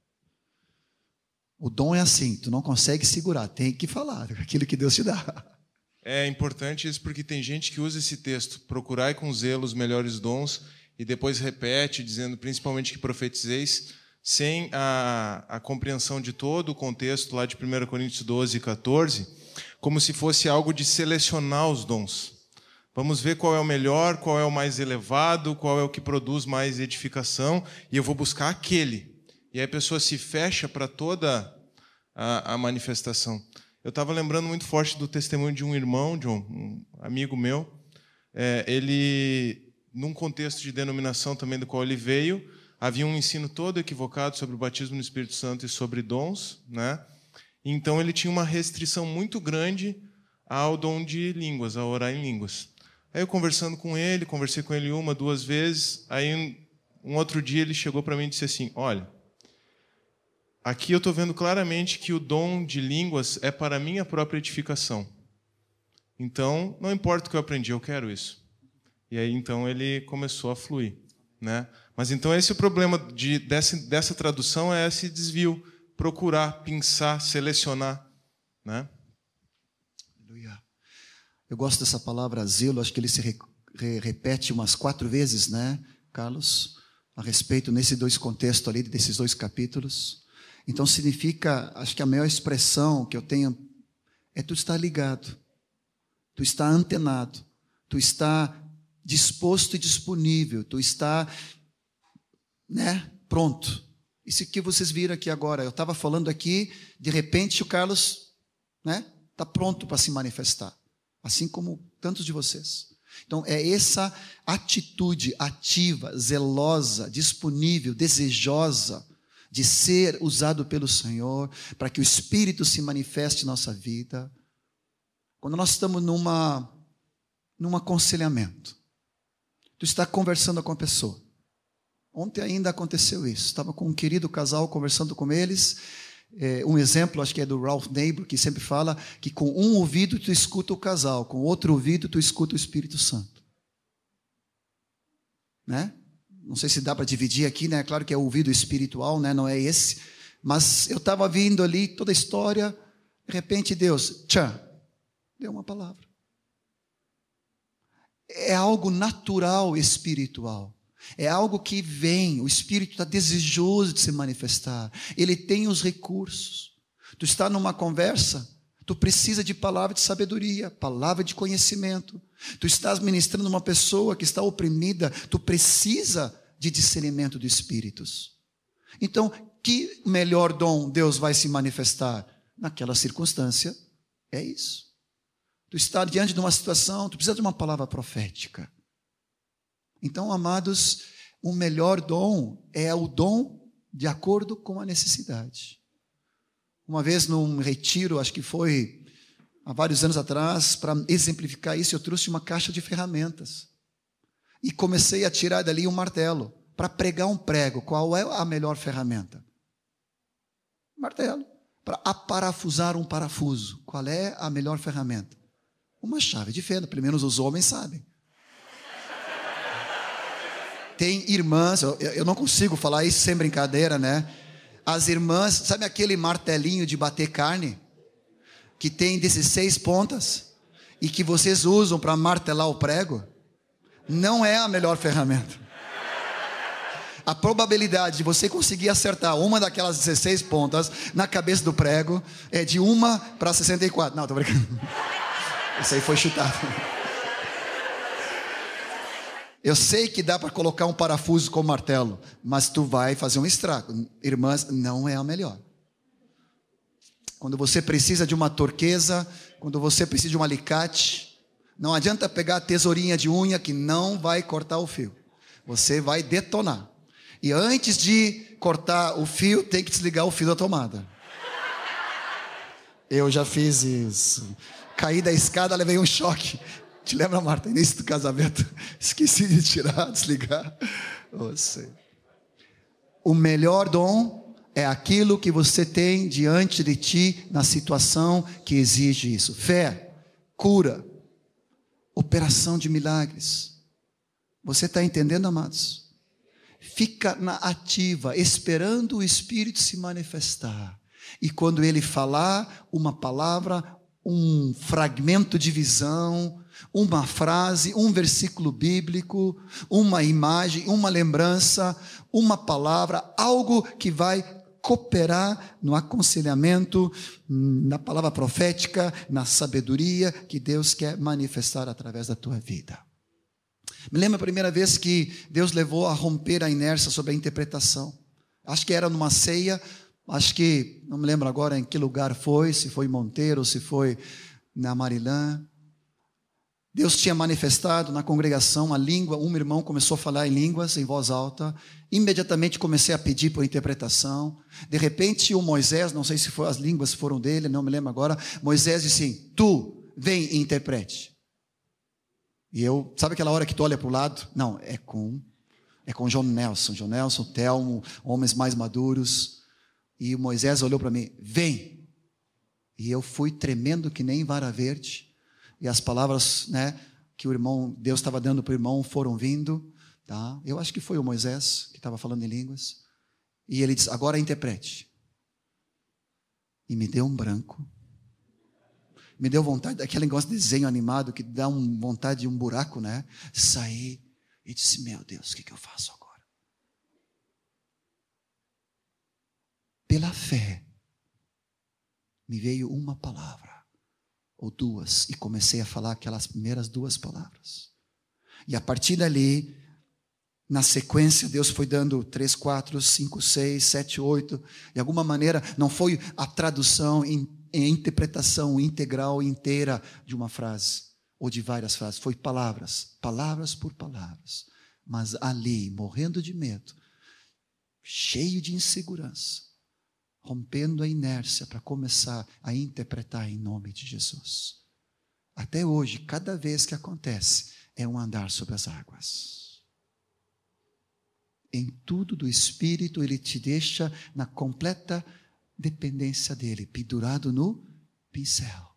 O dom é assim, tu não consegue segurar, tem que falar aquilo que Deus te dá. É importante isso porque tem gente que usa esse texto, procurai com zelo os melhores dons, e depois repete, dizendo principalmente que profetizeis, sem a compreensão de todo o contexto lá de 1 Coríntios 12 e 14, como se fosse algo de selecionar os dons. Vamos ver qual é o melhor, qual é o mais elevado, qual é o que produz mais edificação, e eu vou buscar aquele. E aí a pessoa se fecha para toda a manifestação. Eu estava lembrando muito forte do testemunho de um irmão, de um amigo meu. Ele, num contexto de denominação também do qual ele veio, havia um ensino todo equivocado sobre o batismo no Espírito Santo e sobre dons, né? Então ele tinha uma restrição muito grande ao dom de línguas, a orar em línguas. Aí eu conversei com ele 1, 2 vezes, aí um outro dia ele chegou para mim e disse assim, olha, aqui eu estou vendo claramente que o dom de línguas é para a minha própria edificação. Então, não importa o que eu aprendi, eu quero isso. E aí, então, ele começou a fluir, né? Mas, então, esse é o problema dessa tradução, é esse desvio. Procurar, pensar, selecionar, né? Aleluia. Eu gosto dessa palavra zelo, acho que ele se repete umas 4 vezes, né, Carlos? A respeito, nesses 2 contextos ali, desses 2 capítulos. Então, significa, acho que a maior expressão que eu tenho é tu estar ligado, tu estar antenado, tu estar disposto e disponível, tu estar, né, pronto. Isso que vocês viram aqui agora, eu estava falando aqui, de repente o Carlos, né, está pronto para se manifestar, assim como tantos de vocês. Então, é essa atitude ativa, zelosa, disponível, desejosa de ser usado pelo Senhor, para que o Espírito se manifeste em nossa vida. Quando nós estamos num aconselhamento, tu está conversando com a pessoa. Ontem ainda aconteceu isso. Estava com um querido casal conversando com eles. Um exemplo, acho que é do Ralph Neighbor, que sempre fala que com um ouvido tu escuta o casal, com outro ouvido tu escuta o Espírito Santo. Né? Não sei se dá para dividir aqui, né? Claro que é o ouvido espiritual, né? Não é esse. Mas eu estava vindo ali toda a história, de repente Deus, deu uma palavra. É algo natural espiritual. É algo que vem, o Espírito está desejoso de se manifestar. Ele tem os recursos. Tu está numa conversa, tu precisa de palavra de sabedoria, palavra de conhecimento. Tu estás ministrando uma pessoa que está oprimida, tu precisa de discernimento de espíritos. Então, que melhor dom Deus vai se manifestar? Naquela circunstância, é isso. Tu está diante de uma situação, tu precisa de uma palavra profética. Então, amados, o melhor dom é o dom de acordo com a necessidade. Uma vez num retiro, acho que foi há vários anos atrás, para exemplificar isso, eu trouxe uma caixa de ferramentas. E comecei a tirar dali um martelo, para pregar um prego. Qual é a melhor ferramenta? Martelo. Para aparafusar um parafuso. Qual é a melhor ferramenta? Uma chave de fenda, pelo menos os homens sabem. Tem irmãs, eu não consigo falar isso sem brincadeira, né? As irmãs, sabe aquele martelinho de bater carne? Que tem 16 pontas? E que vocês usam para martelar o prego? Não é a melhor ferramenta. A probabilidade de você conseguir acertar uma daquelas 16 pontas na cabeça do prego é de 1 para 64. Não, tô brincando. Isso aí foi chutado. Eu sei que dá para colocar um parafuso com martelo, mas tu vai fazer um estrago. Irmãs, não é a melhor. Quando você precisa de uma torqueza, quando você precisa de um alicate, não adianta pegar a tesourinha de unha que não vai cortar o fio. Você vai detonar. E antes de cortar o fio, tem que desligar o fio da tomada. Eu já fiz isso. Caí da escada, levei um choque. Te lembra, Marta, início do casamento? Esqueci de tirar, desligar. Você. O melhor dom é aquilo que você tem diante de ti na situação que exige isso. Fé, cura, operação de milagres. Você está entendendo, amados? Fica na ativa, esperando o Espírito se manifestar. E quando ele falar uma palavra, um fragmento de visão, uma frase, um versículo bíblico, uma imagem, uma lembrança, uma palavra, algo que vai cooperar no aconselhamento, na palavra profética, na sabedoria que Deus quer manifestar através da tua vida. Me lembro a primeira vez que Deus levou a romper a inércia sobre a interpretação. Acho que era numa ceia, acho que, não me lembro agora em que lugar foi, se foi em Monteiro, se foi na Marilã. Deus tinha manifestado na congregação a língua, um irmão começou a falar em línguas, em voz alta, imediatamente comecei a pedir por interpretação. De repente o Moisés, não sei se foi, as línguas foram dele, não me lembro agora, Moisés disse assim, tu, vem e interprete. E eu, sabe aquela hora que tu olha para o lado? Não, é com João Nelson, Telmo, homens mais maduros. E o Moisés olhou para mim, vem. E eu fui tremendo que nem vara verde. E as palavras, né, que o irmão, Deus estava dando para o irmão foram vindo. Tá? Eu acho que foi o Moisés que estava falando em línguas. E ele disse, agora interprete. E me deu um branco. Me deu vontade, daquele negócio de desenho animado que dá vontade de um buraco, né? Saí e disse, meu Deus, o que eu faço agora? Pela fé, me veio uma palavra, ou duas, e comecei a falar aquelas primeiras duas palavras. E a partir dali, na sequência, Deus foi dando 3, 4, 5, 6, 7, 8. De alguma maneira, não foi a tradução em interpretação integral, inteira de uma frase, ou de várias frases. Foi palavras, palavras por palavras. Mas ali, morrendo de medo, cheio de insegurança, rompendo a inércia para começar a interpretar em nome de Jesus. Até hoje, cada vez que acontece, é um andar sobre as águas. Em tudo do Espírito, Ele te deixa na completa dependência dEle, pendurado no pincel.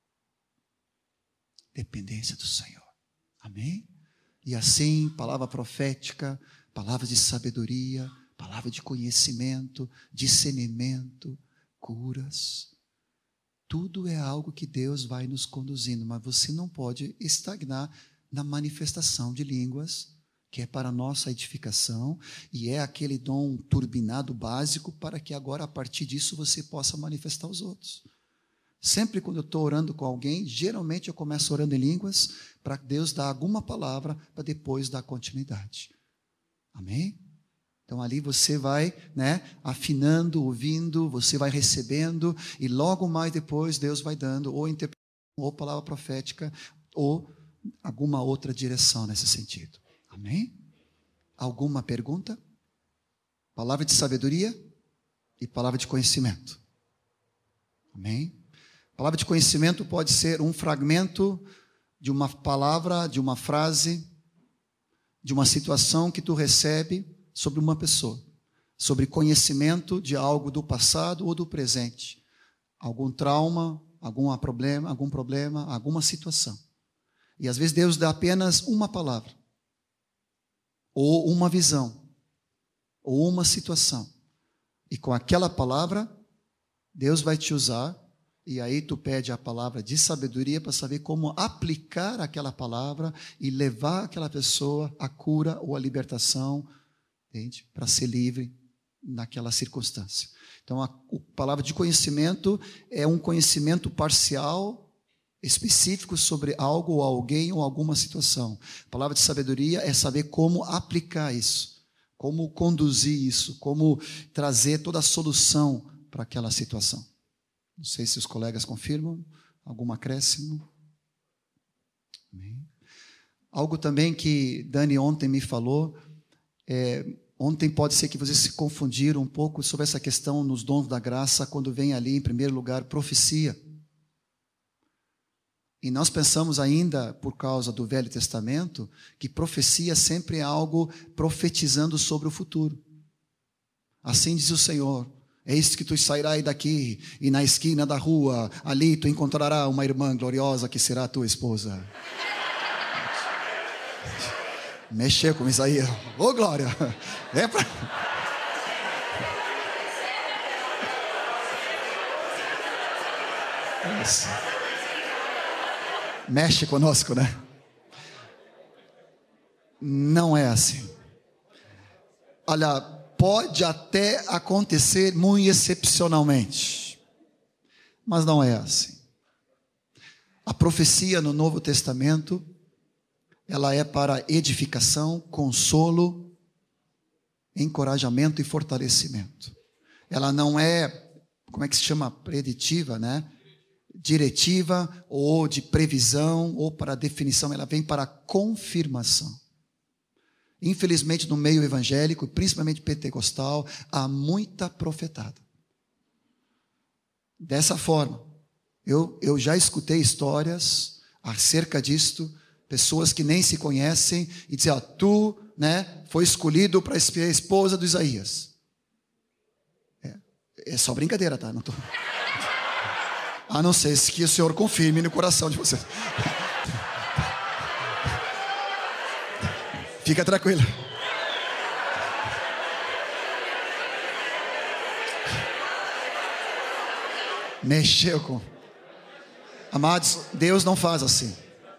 Dependência do Senhor. Amém? E assim, palavra profética, palavra de sabedoria, palavra de conhecimento, discernimento, curas. Tudo é algo que Deus vai nos conduzindo, mas você não pode estagnar na manifestação de línguas, que é para a nossa edificação, e é aquele dom turbinado básico para que agora, a partir disso, você possa manifestar os outros. Sempre quando eu estou orando com alguém, geralmente eu começo orando em línguas, para Deus dar alguma palavra, para depois dar continuidade. Amém? Então ali você vai, né, afinando, ouvindo, você vai recebendo, e logo mais depois Deus vai dando ou interpretação, ou palavra profética, ou alguma outra direção nesse sentido. Amém? Alguma pergunta? Palavra de sabedoria e palavra de conhecimento. Amém? Palavra de conhecimento pode ser um fragmento de uma palavra, de uma frase, de uma situação que tu recebe sobre uma pessoa, sobre conhecimento de algo do passado ou do presente, algum trauma, algum problema, alguma situação. E às vezes Deus dá apenas uma palavra, ou uma visão, ou uma situação. E com aquela palavra, Deus vai te usar, e aí tu pede a palavra de sabedoria para saber como aplicar aquela palavra e levar aquela pessoa à cura ou à libertação, entende? Para ser livre naquela circunstância. Então, a palavra de conhecimento é um conhecimento parcial, específico sobre algo ou alguém ou alguma situação. A palavra de sabedoria é saber como aplicar isso, como conduzir isso, como trazer toda a solução para aquela situação. Não sei se os colegas confirmam. Algum acréscimo? Amém. Algo também que Dani ontem me falou, ontem pode ser que vocês se confundiram um pouco sobre essa questão nos dons da graça, quando vem ali em primeiro lugar profecia. E nós pensamos ainda, por causa do Velho Testamento, que profecia sempre é algo profetizando sobre o futuro. Assim diz o Senhor: eis que tu sairás daqui, e na esquina da rua, ali tu encontrarás uma irmã gloriosa que será tua esposa. Mexeu com isso aí. Ô, glória! É pra... Isso. Mexe conosco, né? Não é assim. Olha, pode até acontecer muito excepcionalmente, mas não é assim. A profecia no Novo Testamento, ela é para edificação, consolo, encorajamento e fortalecimento. Ela não é, como é que se chama? Preditiva, né? Diretiva ou de previsão ou para definição, ela vem para confirmação. Infelizmente no meio evangélico, principalmente pentecostal, há muita profetada. Dessa forma, eu já escutei histórias acerca disto, pessoas que nem se conhecem e dizem: ó, tu, né, foi escolhido para ser a esposa do Isaías. É só brincadeira, tá? Não tô... A não ser que o Senhor confirme no coração de vocês. Fica tranquilo. Mexeu com... Amados, Deus não faz assim.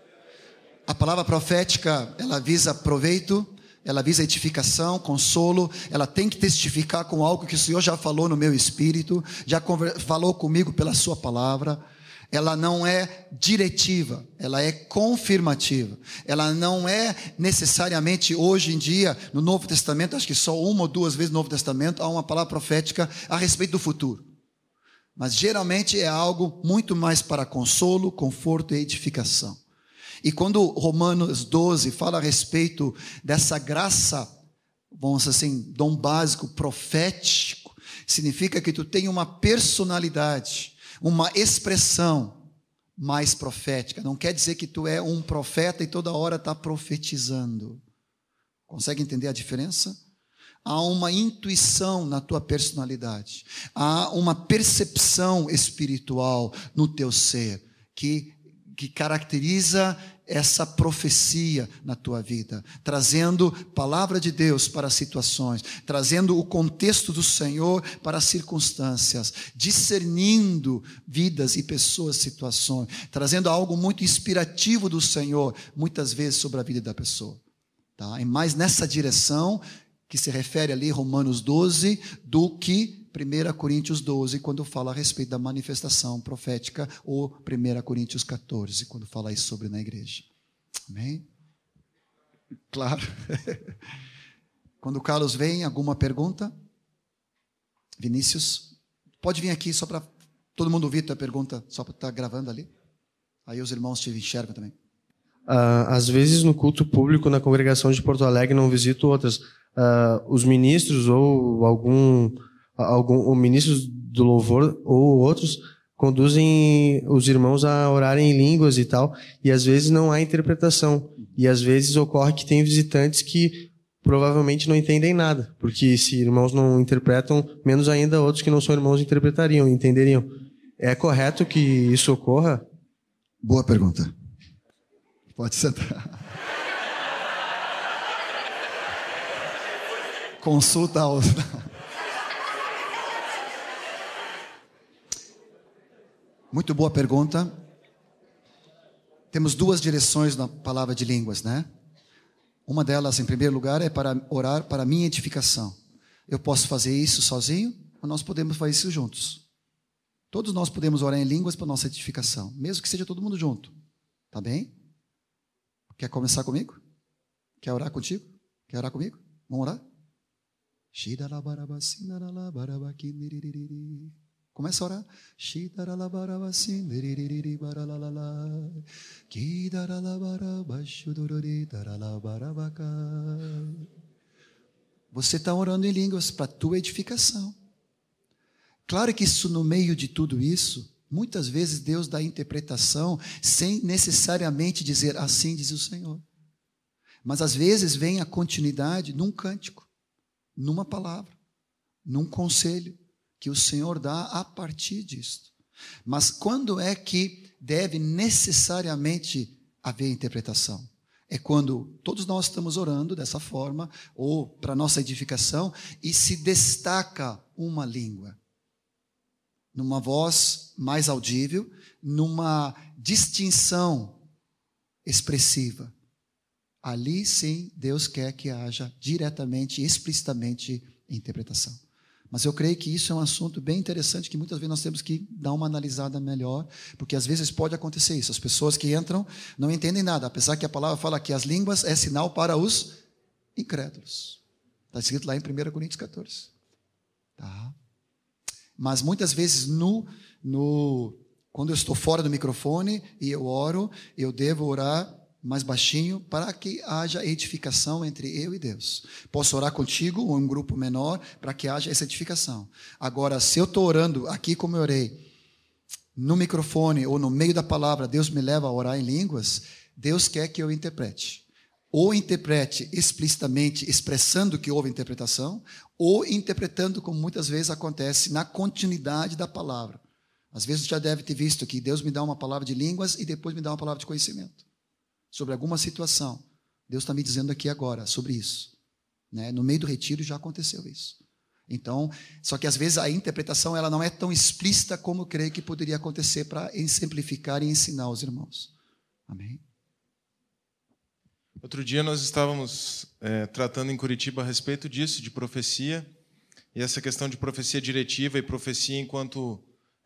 A palavra profética, ela visa proveito, ela visa edificação, consolo, ela tem que testificar com algo que o Senhor já falou no meu espírito, já falou comigo pela sua palavra. Ela não é diretiva, ela é confirmativa. Ela não é necessariamente hoje em dia, no Novo Testamento, acho que só uma ou duas vezes no Novo Testamento, há uma palavra profética a respeito do futuro. Mas geralmente é algo muito mais para consolo, conforto e edificação. E quando Romanos 12 fala a respeito dessa graça, vamos dizer assim, dom básico, profético, significa que tu tem uma personalidade, uma expressão mais profética. Não quer dizer que tu é um profeta e toda hora está profetizando. Consegue entender a diferença? Há uma intuição na tua personalidade. Há uma percepção espiritual no teu ser que caracteriza essa profecia na tua vida, trazendo palavra de Deus para situações, trazendo o contexto do Senhor para circunstâncias, discernindo vidas e pessoas, situações, trazendo algo muito inspirativo do Senhor, muitas vezes sobre a vida da pessoa. Tá? É mais nessa direção que se refere ali Romanos 12 do que 1 Coríntios 12, quando fala a respeito da manifestação profética, ou 1 Coríntios 14, quando fala isso sobre na igreja. Amém? Claro. Quando o Carlos vem, alguma pergunta? Vinícius? Pode vir aqui só para todo mundo ouvir a tua pergunta, só para estar gravando ali. Aí os irmãos te enxergam também. Às vezes no culto público, na congregação de Porto Alegre, não visito outras. Os ministros ou algum ministros do louvor ou outros conduzem os irmãos a orarem em línguas e tal, e às vezes não há interpretação, e às vezes ocorre que tem visitantes que provavelmente não entendem nada, porque se irmãos não interpretam, menos ainda outros que não são irmãos interpretariam, entenderiam. É correto que isso ocorra? Boa pergunta. Pode sentar. Consulta aos... Muito boa pergunta. Temos duas direções na palavra de línguas, né? Uma delas, em primeiro lugar, é para orar para minha edificação. Eu posso fazer isso sozinho, ou nós podemos fazer isso juntos. Todos nós podemos orar em línguas para nossa edificação, mesmo que seja todo mundo junto. Tá bem? Quer começar comigo? Quer orar contigo? Quer orar comigo? Vamos orar? Começa a orar. Você está orando em línguas para a tua edificação. Claro que isso, no meio de tudo isso, muitas vezes Deus dá interpretação sem necessariamente dizer assim diz o Senhor. Mas às vezes vem a continuidade num cântico, numa palavra, num conselho que o Senhor dá a partir disto. Mas quando é que deve necessariamente haver interpretação? É quando todos nós estamos orando dessa forma, ou para nossa edificação, e se destaca uma língua, numa voz mais audível, numa distinção expressiva. Ali sim, Deus quer que haja diretamente, explicitamente interpretação. Mas eu creio que isso é um assunto bem interessante que muitas vezes nós temos que dar uma analisada melhor, porque às vezes pode acontecer isso. As pessoas que entram não entendem nada, apesar que a palavra fala que as línguas é sinal para os incrédulos. Está escrito lá em 1 Coríntios 14. Tá? Mas muitas vezes quando eu estou fora do microfone e eu oro, eu devo orar mais baixinho, para que haja edificação entre eu e Deus. Posso orar contigo ou em um grupo menor, para que haja essa edificação. Agora, se eu estou orando aqui como eu orei, no microfone ou no meio da palavra, Deus me leva a orar em línguas, Deus quer que eu interprete. Ou interprete explicitamente, expressando que houve interpretação, ou interpretando, como muitas vezes acontece, na continuidade da palavra. Às vezes você já deve ter visto que Deus me dá uma palavra de línguas e depois me dá uma palavra de conhecimento sobre alguma situação. Deus está me dizendo aqui agora sobre isso. Né? No meio do retiro já aconteceu isso. Então, só que às vezes a interpretação ela não é tão explícita como eu creio que poderia acontecer para exemplificar e ensinar os irmãos. Amém? Outro dia nós estávamos tratando em Curitiba a respeito disso, de profecia, e essa questão de profecia diretiva e profecia enquanto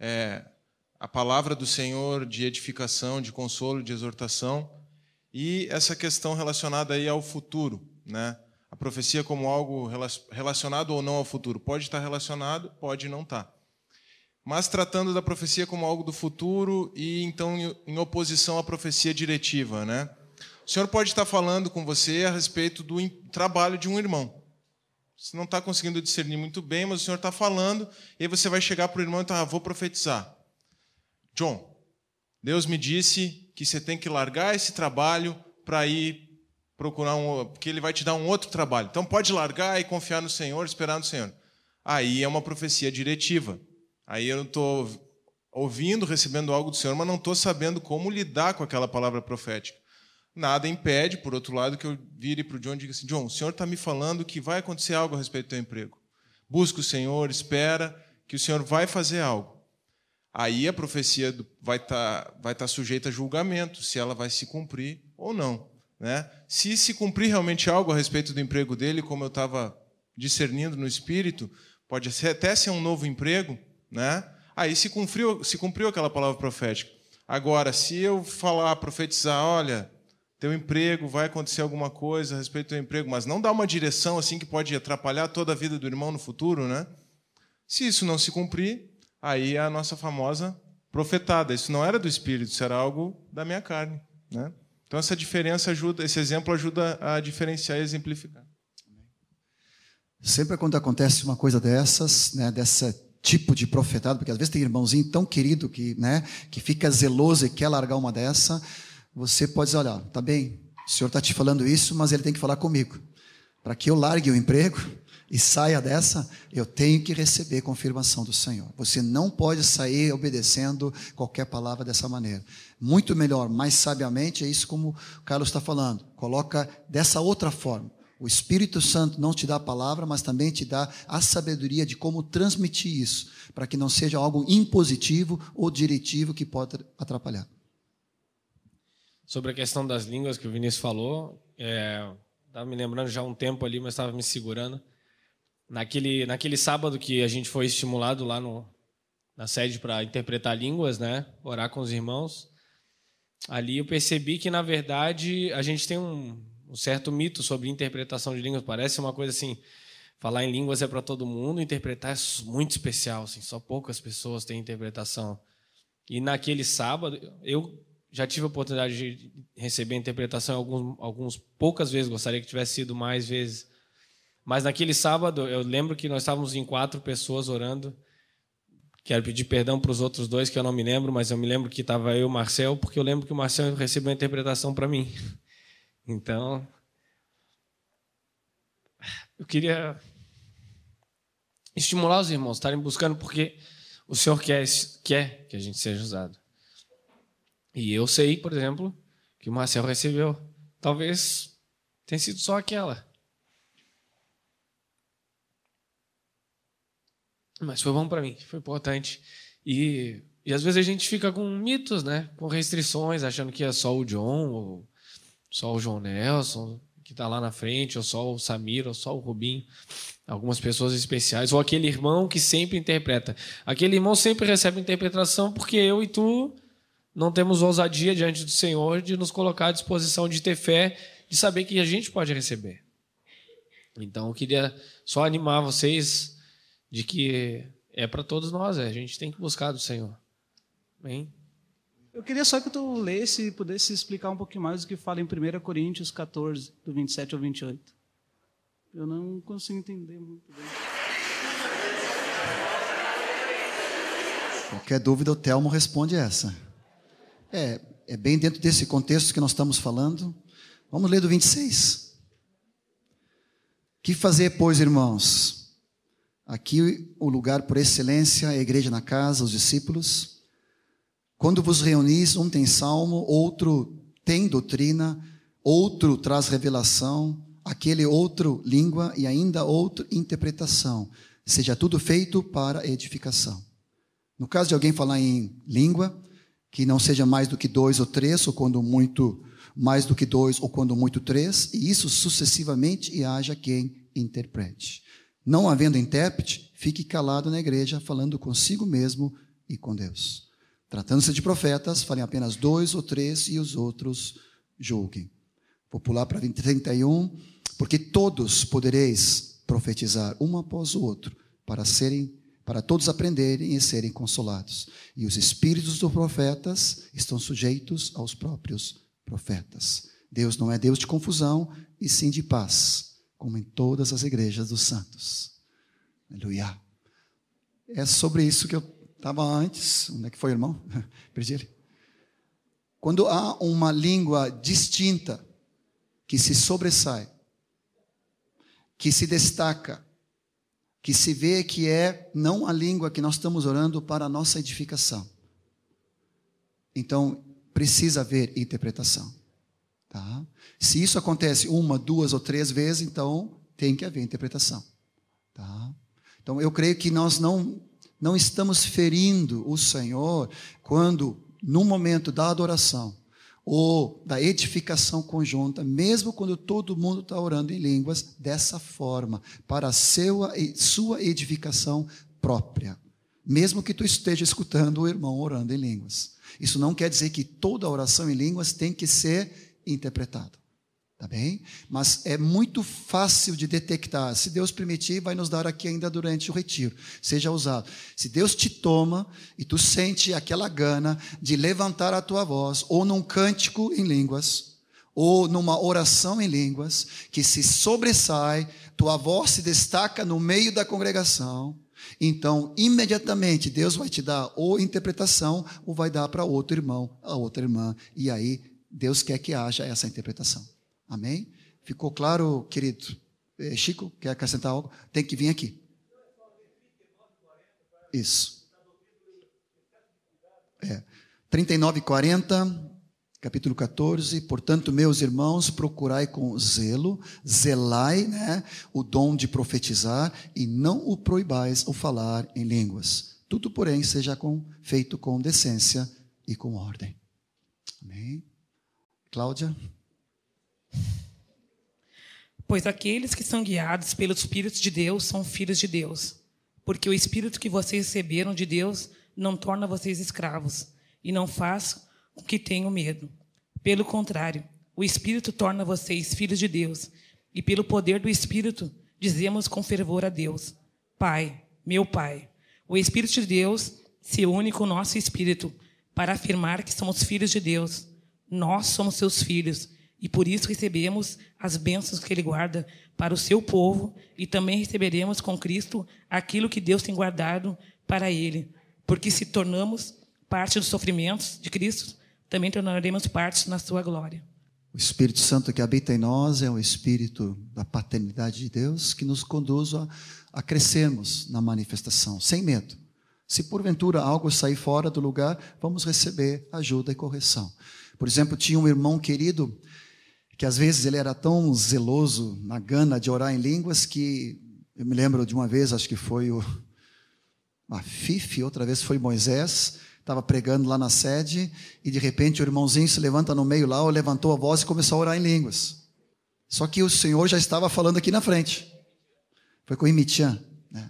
a palavra do Senhor de edificação, de consolo, de exortação, e essa questão relacionada aí ao futuro, né? A profecia como algo relacionado ou não ao futuro. Pode estar relacionado, pode não estar. Mas tratando da profecia como algo do futuro e então em oposição à profecia diretiva, né? O Senhor pode estar falando com você a respeito do trabalho de um irmão. Você não está conseguindo discernir muito bem, mas o Senhor está falando, e aí você vai chegar para o irmão e tá, vou profetizar. John, Deus me disse que você tem que largar esse trabalho para ir procurar porque Ele vai te dar um outro trabalho. Então pode largar e confiar no Senhor, esperar no Senhor. Aí é uma profecia diretiva. Aí eu não estou ouvindo, recebendo algo do Senhor, mas não estou sabendo como lidar com aquela palavra profética. Nada impede, por outro lado, que eu vire para o John e diga assim, John, o Senhor está me falando que vai acontecer algo a respeito do teu emprego. Busca o Senhor, espera que o Senhor vai fazer algo. Aí a profecia vai estar sujeita a julgamento, se ela vai se cumprir ou não. Né? Se cumprir realmente algo a respeito do emprego dele, como eu estava discernindo no Espírito, pode até ser um novo emprego, né? Aí se cumpriu aquela palavra profética. Agora, se eu profetizar, olha, teu emprego, vai acontecer alguma coisa a respeito do teu emprego, mas não dá uma direção assim que pode atrapalhar toda a vida do irmão no futuro, né? Se isso não se cumprir, aí é a nossa famosa profetada. Isso não era do Espírito, isso era algo da minha carne, né? Então essa diferença ajuda, esse exemplo ajuda a diferenciar e exemplificar. Sempre quando acontece uma coisa dessas, né, desse tipo de profetado, porque às vezes tem irmãozinho tão querido que, né, que fica zeloso e quer largar uma dessa, você pode dizer, olha, tá bem, o Senhor está te falando isso, mas Ele tem que falar comigo. Para que eu largue o emprego e saia dessa, eu tenho que receber confirmação do Senhor. Você não pode sair obedecendo qualquer palavra dessa maneira. Muito melhor, mais sabiamente, é isso como o Carlos está falando. Coloca dessa outra forma. O Espírito Santo não te dá a palavra, mas também te dá a sabedoria de como transmitir isso, para que não seja algo impositivo ou diretivo que pode atrapalhar. Sobre a questão das línguas que o Vinícius falou, estava me lembrando já há um tempo ali, mas estava me segurando. Naquele sábado que a gente foi estimulado lá na sede para interpretar línguas, né, orar com os irmãos, ali eu percebi que, na verdade, a gente tem um certo mito sobre interpretação de línguas. Parece uma coisa assim, falar em línguas é para todo mundo, interpretar é muito especial, assim, só poucas pessoas têm interpretação. E naquele sábado, eu já tive a oportunidade de receber interpretação algumas poucas vezes, gostaria que tivesse sido mais vezes. Mas naquele sábado, eu lembro que nós estávamos em 4 pessoas orando. Quero pedir perdão para os outros 2, que eu não me lembro, mas eu me lembro que estava eu e o Marcel, porque eu lembro que o Marcel recebeu a interpretação para mim. Então, eu queria estimular os irmãos a estarem buscando, porque o Senhor quer que a gente seja usado. E eu sei, por exemplo, que o Marcel recebeu. Talvez tenha sido só aquela. Mas foi bom para mim, foi importante. E às vezes a gente fica com mitos, né? Com restrições, achando que é só o John, ou só o João Nelson, que está lá na frente, ou só o Samir, ou só o Rubinho. Algumas pessoas especiais, ou aquele irmão que sempre interpreta. Aquele irmão sempre recebe interpretação porque eu e tu não temos ousadia diante do Senhor de nos colocar à disposição de ter fé, de saber que a gente pode receber. Então, eu queria só animar vocês de que é para todos nós, a gente tem que buscar do Senhor. Amém? Eu queria só que tu lesse e pudesse explicar um pouquinho mais do que fala em 1 Coríntios 14, do 27 ao 28. Eu não consigo entender muito bem. Qualquer dúvida, o Telmo responde essa. É bem dentro desse contexto que nós estamos falando, Vamos ler do 26. Que fazer, pois, irmãos? Aqui o lugar por excelência é a igreja na casa, os discípulos. Quando vos reunis, um tem salmo, outro tem doutrina, outro traz revelação, aquele outro língua e ainda outro interpretação. Seja tudo feito para edificação. No caso de alguém falar em língua, que não seja mais do que 2 ou 3, ou quando muito, mais do que 2, ou quando muito 3, e isso sucessivamente, e haja quem interprete. Não havendo intérprete, fique calado na igreja, falando consigo mesmo e com Deus. Tratando-se de profetas, falem apenas 2 ou 3, e os outros julguem. Vou pular para 31, porque todos podereis profetizar, um após o outro, para todos aprenderem e serem consolados. E os espíritos dos profetas estão sujeitos aos próprios profetas. Deus não é Deus de confusão, e sim de paz, como em todas as igrejas dos santos. Aleluia. É sobre isso que eu estava antes. Onde é que foi, irmão? Perdi ele. Quando há uma língua distinta, que se sobressai, que se destaca, que se vê que é não a língua que nós estamos orando para a nossa edificação. Então, precisa haver interpretação. Tá? Se isso acontece 1, 2 ou 3 vezes, então tem que haver interpretação. Tá? Então, eu creio que nós não estamos ferindo o Senhor quando, no momento da adoração, ou da edificação conjunta, mesmo quando todo mundo está orando em línguas, dessa forma, para a sua edificação própria. Mesmo que tu esteja escutando o irmão orando em línguas. Isso não quer dizer que toda oração em línguas tem que ser interpretada. Tá bem? Mas é muito fácil de detectar. Se Deus permitir, vai nos dar aqui ainda durante o retiro. Seja usado. Se Deus te toma e tu sente aquela gana de levantar a tua voz, ou num cântico em línguas, ou numa oração em línguas, que se sobressai, tua voz se destaca no meio da congregação, então imediatamente Deus vai te dar ou interpretação, ou vai dar para outro irmão, a outra irmã, e aí Deus quer que haja essa interpretação. Amém? Ficou claro, querido? Chico, quer acrescentar algo? Tem que vir aqui. Isso. 39 e 40, capítulo 14. Portanto, meus irmãos, procurai com zelo, zelai, né, o dom de profetizar, e não o proibais o falar em línguas. Tudo, porém, seja feito com decência e com ordem. Amém? Cláudia? Pois aqueles que são guiados pelo Espírito de Deus são filhos de Deus. Porque o Espírito que vocês receberam de Deus não torna vocês escravos e não faz com que tenham medo. Pelo contrário, o Espírito torna vocês filhos de Deus. E pelo poder do Espírito dizemos com fervor a Deus: Pai, meu Pai. O Espírito de Deus se une com o nosso Espírito para afirmar que somos filhos de Deus. Nós somos seus filhos. E por isso recebemos as bênçãos que Ele guarda para o seu povo, e também receberemos com Cristo aquilo que Deus tem guardado para Ele. Porque se tornamos parte dos sofrimentos de Cristo, também tornaremos parte na sua glória. O Espírito Santo que habita em nós é o Espírito da paternidade de Deus, que nos conduz a crescermos na manifestação, sem medo. Se porventura algo sair fora do lugar, vamos receber ajuda e correção. Por exemplo, tinha um irmão querido que às vezes ele era tão zeloso na gana de orar em línguas que eu me lembro de uma vez, acho que foi a Fife, outra vez foi Moisés, estava pregando lá na sede e de repente o irmãozinho se levanta no meio lá, levantou a voz e começou a orar em línguas. Só que o Senhor já estava falando aqui na frente. Foi com o Imitian, né?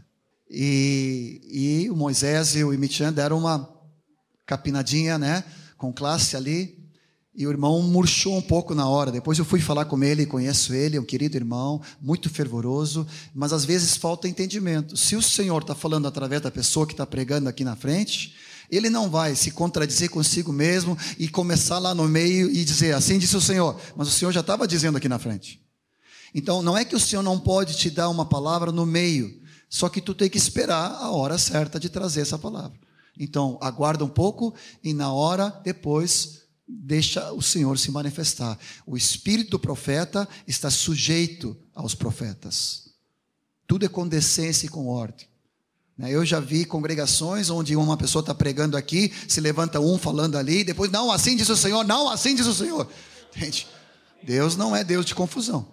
E o Moisés e o Imitian deram uma capinadinha, né, com classe ali. E o irmão murchou um pouco na hora. Depois eu fui falar com ele, conheço ele, é um querido irmão, muito fervoroso, mas às vezes falta entendimento. Se o Senhor está falando através da pessoa que está pregando aqui na frente, ele não vai se contradizer consigo mesmo e começar lá no meio e dizer, assim disse o Senhor, mas o Senhor já estava dizendo aqui na frente. Então não é que o Senhor não pode te dar uma palavra no meio, só que tu tem que esperar a hora certa de trazer essa palavra. Então aguarda um pouco e na hora depois deixa o Senhor se manifestar. O espírito do profeta está sujeito aos profetas. Tudo é com decência e com ordem. Eu já vi congregações onde uma pessoa está pregando aqui, se levanta um falando ali, depois, não, assim diz o Senhor, não, assim diz o Senhor. Gente, Deus não é Deus de confusão.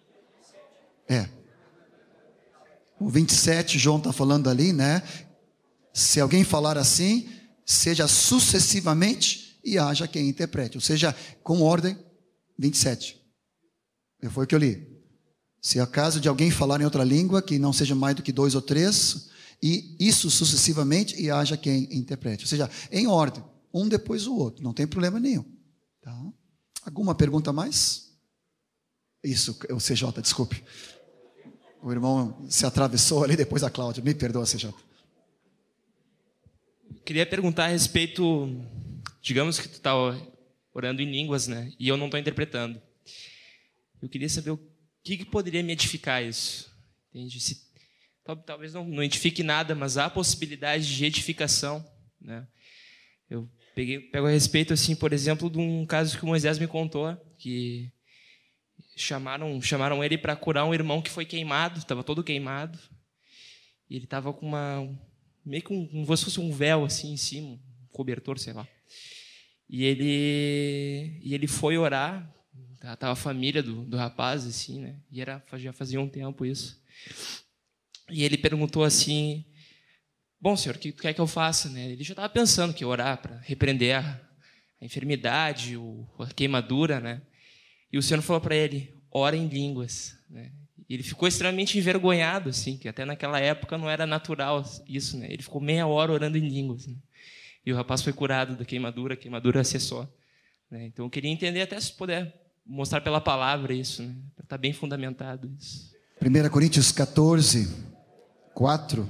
O 27, João está falando ali, né? Se alguém falar assim, seja sucessivamente e haja quem interprete. Ou seja, com ordem, 27. Foi o que eu li. Se é caso de alguém falar em outra língua, que não seja mais do que 2 ou 3, e isso sucessivamente e haja quem interprete. Ou seja, em ordem, um depois o outro, não tem problema nenhum. Tá? Alguma pergunta mais? Isso, o CJ, desculpe. O irmão se atravessou ali, depois a Cláudia. Me perdoa, CJ. Queria perguntar a respeito, digamos que tu está orando em línguas, né? E eu não estou interpretando. Eu queria saber o que poderia me edificar isso. Entende? Talvez não edifique nada, mas há possibilidade de edificação, né? Eu pego a respeito, assim, por exemplo, de um caso que o Moisés me contou, que chamaram ele para curar um irmão que foi queimado, estava todo queimado, e ele estava com meio que como se fosse um véu assim em cima, um cobertor, sei lá. E ele foi orar, estava a família do rapaz, assim, né? E já fazia um tempo isso. E ele perguntou assim: bom, senhor, o que tu quer que eu faça? Né? Ele já estava pensando que ia orar para repreender a enfermidade, a queimadura, né? E o Senhor falou para ele: ora em línguas. Né? E ele ficou extremamente envergonhado, assim, que até naquela época não era natural isso. Né? Ele ficou meia hora orando em línguas. Né? E o rapaz foi curado da queimadura, a queimadura cessou. Né? Então eu queria entender, até se puder mostrar pela palavra isso, né? Para estar bem fundamentado isso. 1 Coríntios 14, 4,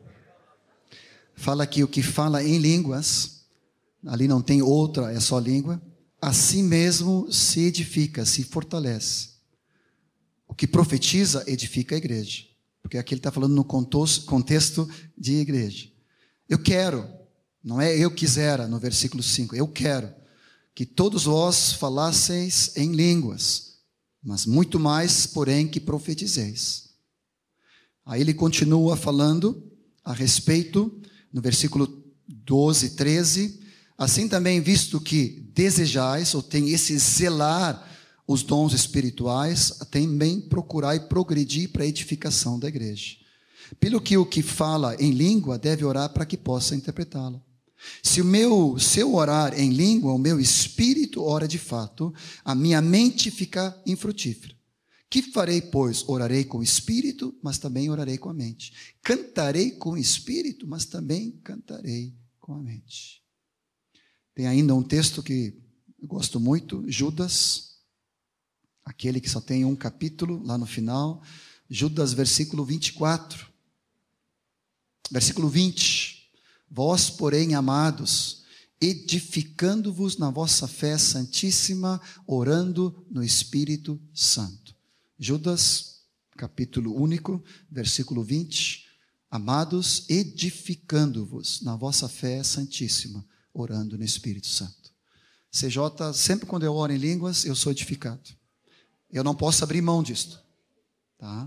fala que o que fala em línguas, ali não tem outra, é só língua, assim mesmo se edifica, se fortalece. O que profetiza, edifica a igreja. Porque aqui ele está falando no contexto de igreja. Eu quero, não é eu quisera, no versículo 5, eu quero que todos vós falasseis em línguas, mas muito mais, porém, que profetizeis. Aí ele continua falando a respeito, no versículo 12, 13, assim também, visto que desejais, ou tem esse zelar os dons espirituais, também procurai progredir para a edificação da igreja. Pelo que o que fala em língua deve orar para que possa interpretá-la. Se eu orar em língua, o meu espírito ora de fato, a minha mente fica infrutífera. Que farei, pois? Orarei com o espírito, mas também orarei com a mente. Cantarei com o espírito, mas também cantarei com a mente. Tem ainda um texto que eu gosto muito, Judas, aquele que só tem um capítulo, lá no final, Judas, versículo 24. Versículo 20. Vós, porém, amados, edificando-vos na vossa fé santíssima, orando no Espírito Santo. Judas, capítulo único, versículo 20. Amados, edificando-vos na vossa fé santíssima, orando no Espírito Santo. CJ, sempre quando eu oro em línguas, eu sou edificado. Eu não posso abrir mão disto. Tá?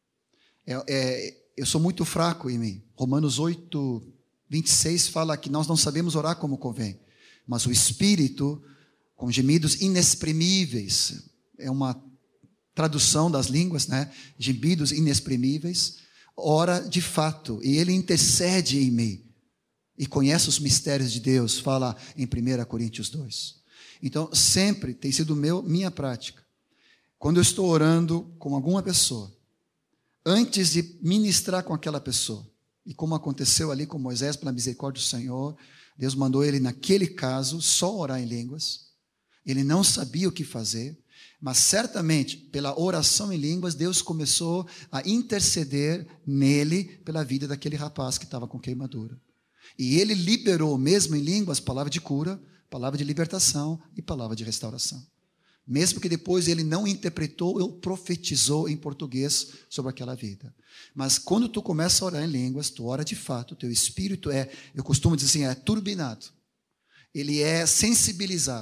Eu sou muito fraco em mim. Romanos 8, 26 fala que nós não sabemos orar como convém, mas o Espírito, com gemidos inexprimíveis, é uma tradução das línguas, né? Gemidos inexprimíveis, ora de fato, e Ele intercede em mim, e conhece os mistérios de Deus, fala em 1 Coríntios 2. Então, sempre tem sido minha prática, quando eu estou orando com alguma pessoa, antes de ministrar com aquela pessoa, e como aconteceu ali com Moisés, pela misericórdia do Senhor, Deus mandou ele, naquele caso, só orar em línguas. Ele não sabia o que fazer, mas certamente, pela oração em línguas, Deus começou a interceder nele, pela vida daquele rapaz que estava com queimadura. E ele liberou, mesmo em línguas, palavra de cura, palavra de libertação e palavra de restauração. Mesmo que depois ele não interpretou ou profetizou em português sobre aquela vida. Mas quando tu começa a orar em línguas, tu ora de fato, teu espírito eu costumo dizer assim, é turbinado. Ele é sensibilizado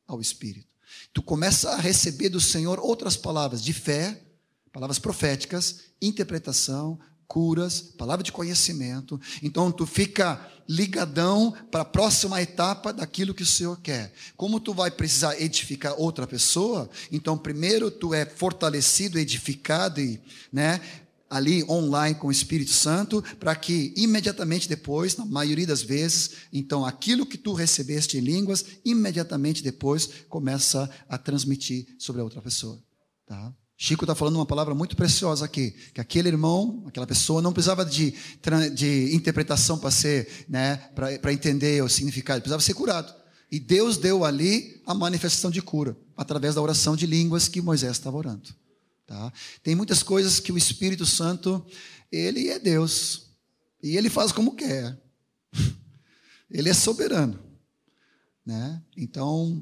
ao Espírito. Tu começa a receber do Senhor outras palavras de fé, palavras proféticas, interpretação, curas, palavra de conhecimento. Então tu fica ligadão para a próxima etapa daquilo que o Senhor quer. Como tu vai precisar edificar outra pessoa, então primeiro tu é fortalecido, edificado e, ali online com o Espírito Santo, para que imediatamente depois, na maioria das vezes, então aquilo que tu recebeste em línguas, imediatamente depois começa a transmitir sobre a outra pessoa, tá? Chico está falando uma palavra muito preciosa aqui, que aquele irmão, aquela pessoa não precisava de interpretação para ser, para entender o significado, precisava ser curado. E Deus deu ali a manifestação de cura, através da oração de línguas que Moisés estava orando. Tá? Tem muitas coisas que o Espírito Santo, ele é Deus, e ele faz como quer. Ele é soberano. Então,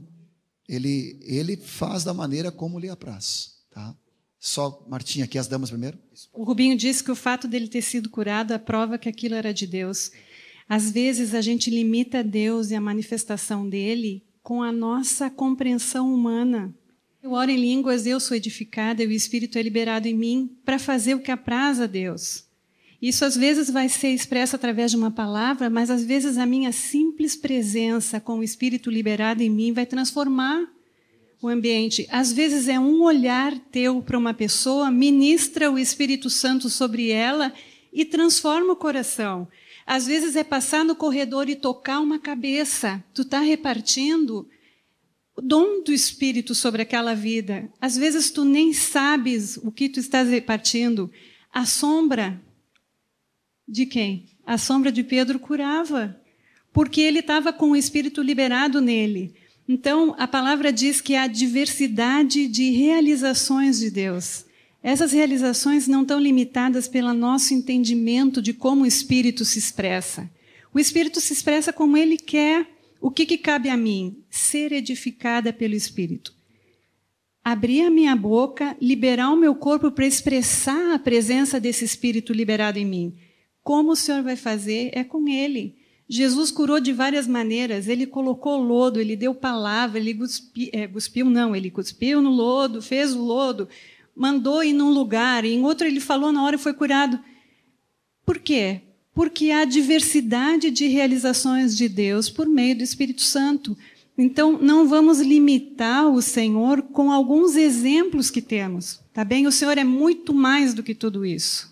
ele faz da maneira como lhe apraz. Tá? Só, Martinha, aqui as damas primeiro. O Rubinho disse que o fato dele ter sido curado é a prova que aquilo era de Deus. Às vezes a gente limita Deus e a manifestação dele com a nossa compreensão humana. Eu oro em línguas, eu sou edificada e o Espírito é liberado em mim para fazer o que apraz a Deus. Isso às vezes vai ser expresso através de uma palavra, mas às vezes a minha simples presença com o Espírito liberado em mim vai transformar o ambiente. Às vezes é um olhar teu para uma pessoa, ministra o Espírito Santo sobre ela e transforma o coração. Às vezes é passar no corredor e tocar uma cabeça. Tu está repartindo o dom do Espírito sobre aquela vida. Às vezes tu nem sabes o que tu estás repartindo. A sombra de quem? A sombra de Pedro curava, porque ele estava com o Espírito liberado nele. Então, a palavra diz que há diversidade de realizações de Deus. Essas realizações não estão limitadas pelo nosso entendimento de como o Espírito se expressa. O Espírito se expressa como ele quer. O que cabe a mim? Ser edificada pelo Espírito. Abrir a minha boca, liberar o meu corpo para expressar a presença desse Espírito liberado em mim. Como o Senhor vai fazer? É com ele. Jesus curou de várias maneiras. Ele colocou lodo, ele deu palavra, ele ele cuspiu no lodo, fez o lodo, mandou ir num lugar, e em outro ele falou na hora e foi curado. Por quê? Porque há diversidade de realizações de Deus por meio do Espírito Santo. Então, não vamos limitar o Senhor com alguns exemplos que temos. Tá bem? O Senhor é muito mais do que tudo isso.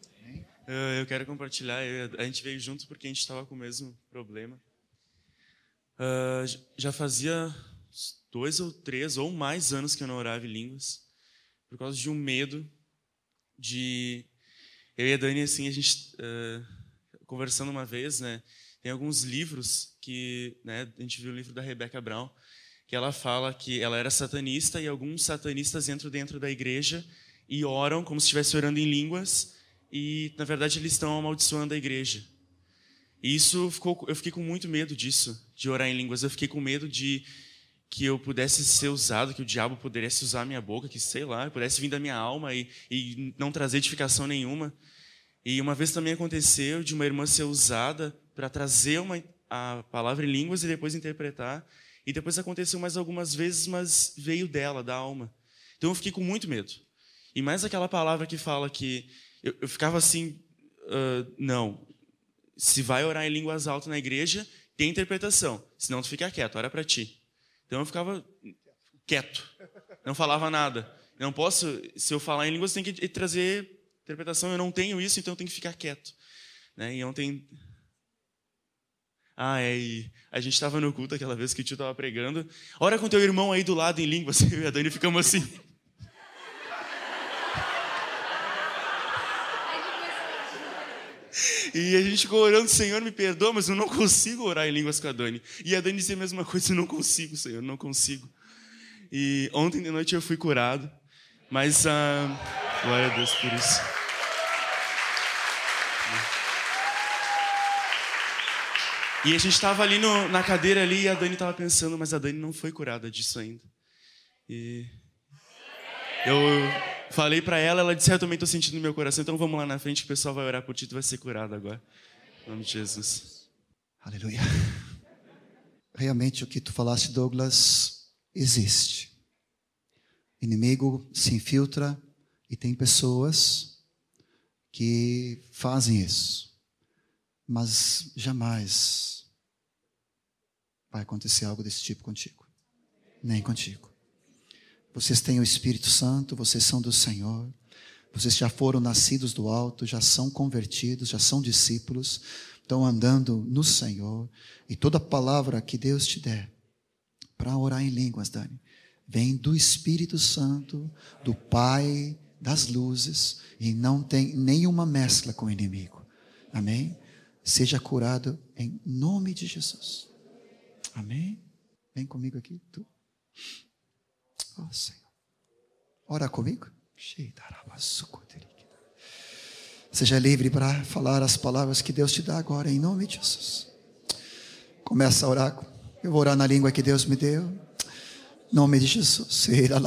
Eu quero compartilhar. A gente veio junto porque a gente estava com o mesmo problema. Já fazia 2 ou 3 ou mais anos que eu não orava em línguas, por causa de um medo de... Eu e a Dani, assim, a gente... conversando uma vez, tem alguns livros que, a gente viu o livro da Rebecca Brown, que ela fala que ela era satanista e alguns satanistas entram dentro da igreja e oram como se estivesse orando em línguas e, na verdade, eles estão amaldiçoando a igreja. E eu fiquei com muito medo disso, de orar em línguas. Eu fiquei com medo de que eu pudesse ser usado, que o diabo pudesse usar a minha boca, que, sei lá, pudesse vir da minha alma e não trazer edificação nenhuma. E uma vez também aconteceu de uma irmã ser usada para trazer a palavra em línguas e depois interpretar. E depois aconteceu mais algumas vezes, mas veio dela, da alma. Então eu fiquei com muito medo. E mais aquela palavra que fala que... Eu ficava assim, não. Se vai orar em línguas altas na igreja, tem interpretação. Senão tu fica quieto, ora para ti. Então eu ficava quieto. Não falava nada. Eu não posso... Se eu falar em línguas, tem que trazer... interpretação, eu não tenho isso, então eu tenho que ficar quieto. E ontem... e a gente estava no culto aquela vez que o tio estava pregando. Ora com teu irmão aí do lado em línguas. Eu e a Dani ficamos assim. E a gente ficou orando, Senhor, me perdoa, mas eu não consigo orar em línguas com a Dani. E a Dani dizia a mesma coisa, eu não consigo, Senhor, não consigo. E ontem de noite eu fui curado. Mas, glória a Deus por isso. E a gente estava ali na cadeira ali e a Dani estava pensando, mas a Dani não foi curada disso ainda. E eu falei para ela, ela disse, eu também estou sentindo no meu coração, então vamos lá na frente que o pessoal vai orar por ti, tu vai ser curado agora. Em nome de Jesus. Aleluia. Realmente o que tu falaste, Douglas, existe. O inimigo se infiltra e tem pessoas que fazem isso. Mas jamais vai acontecer algo desse tipo contigo. Nem contigo. Vocês têm o Espírito Santo, vocês são do Senhor. Vocês já foram nascidos do alto, já são convertidos, já são discípulos, estão andando no Senhor. E toda palavra que Deus te der para orar em línguas, Dani, vem do Espírito Santo, do Pai das luzes, e não tem nenhuma mescla com o inimigo. Amém? Seja curado em nome de Jesus. Amém? Vem comigo aqui, tu. Oh, Senhor. Ora comigo. Seja livre para falar as palavras que Deus te dá agora, em nome de Jesus. Começa a orar. Eu vou orar na língua que Deus me deu. Em nome de Jesus.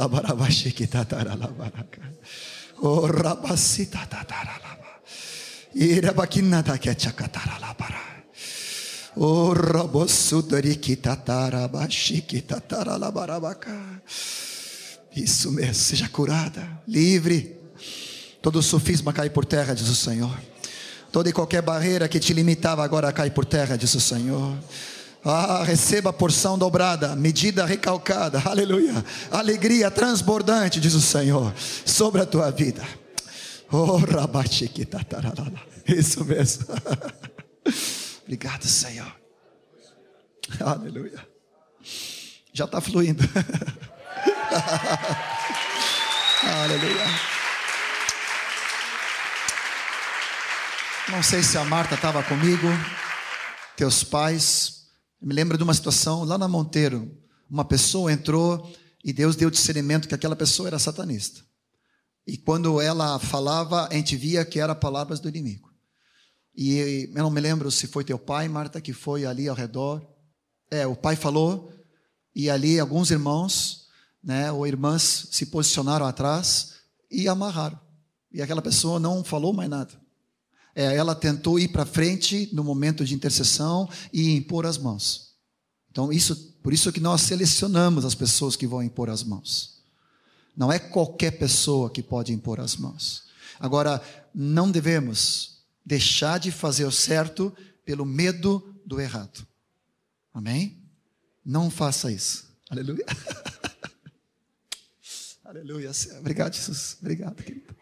Oh, rabacita tataralaba. Irabakinata ketchakataralabara. Oh, rabosudoriki tatarabashi tataralabarabaka. Isso mesmo, seja curada, livre. Todo sofisma cai por terra, diz o Senhor. Toda e qualquer barreira que te limitava agora cai por terra, diz o Senhor. Receba a porção dobrada, medida recalcada, aleluia. Alegria transbordante, diz o Senhor, sobre a tua vida. Oh, rabachiquitatarala. Isso mesmo. Obrigado, Senhor. Aleluia. Já está fluindo. Aleluia. Não sei se a Marta estava comigo, teus pais. Eu me lembro de uma situação lá na Monteiro. Uma pessoa entrou e Deus deu discernimento que aquela pessoa era satanista. E quando ela falava, a gente via que eram palavras do inimigo. E eu não me lembro se foi teu pai, Marta, que foi ali ao redor. O pai falou, e ali alguns irmãos, ou irmãs se posicionaram atrás e amarraram. E aquela pessoa não falou mais nada. Ela tentou ir para frente no momento de intercessão e impor as mãos. Então, por isso que nós selecionamos as pessoas que vão impor as mãos. Não é qualquer pessoa que pode impor as mãos. Agora, não devemos deixar de fazer o certo pelo medo do errado. Amém? Não faça isso. Aleluia. Aleluia. Obrigado, Jesus. Obrigado, querido.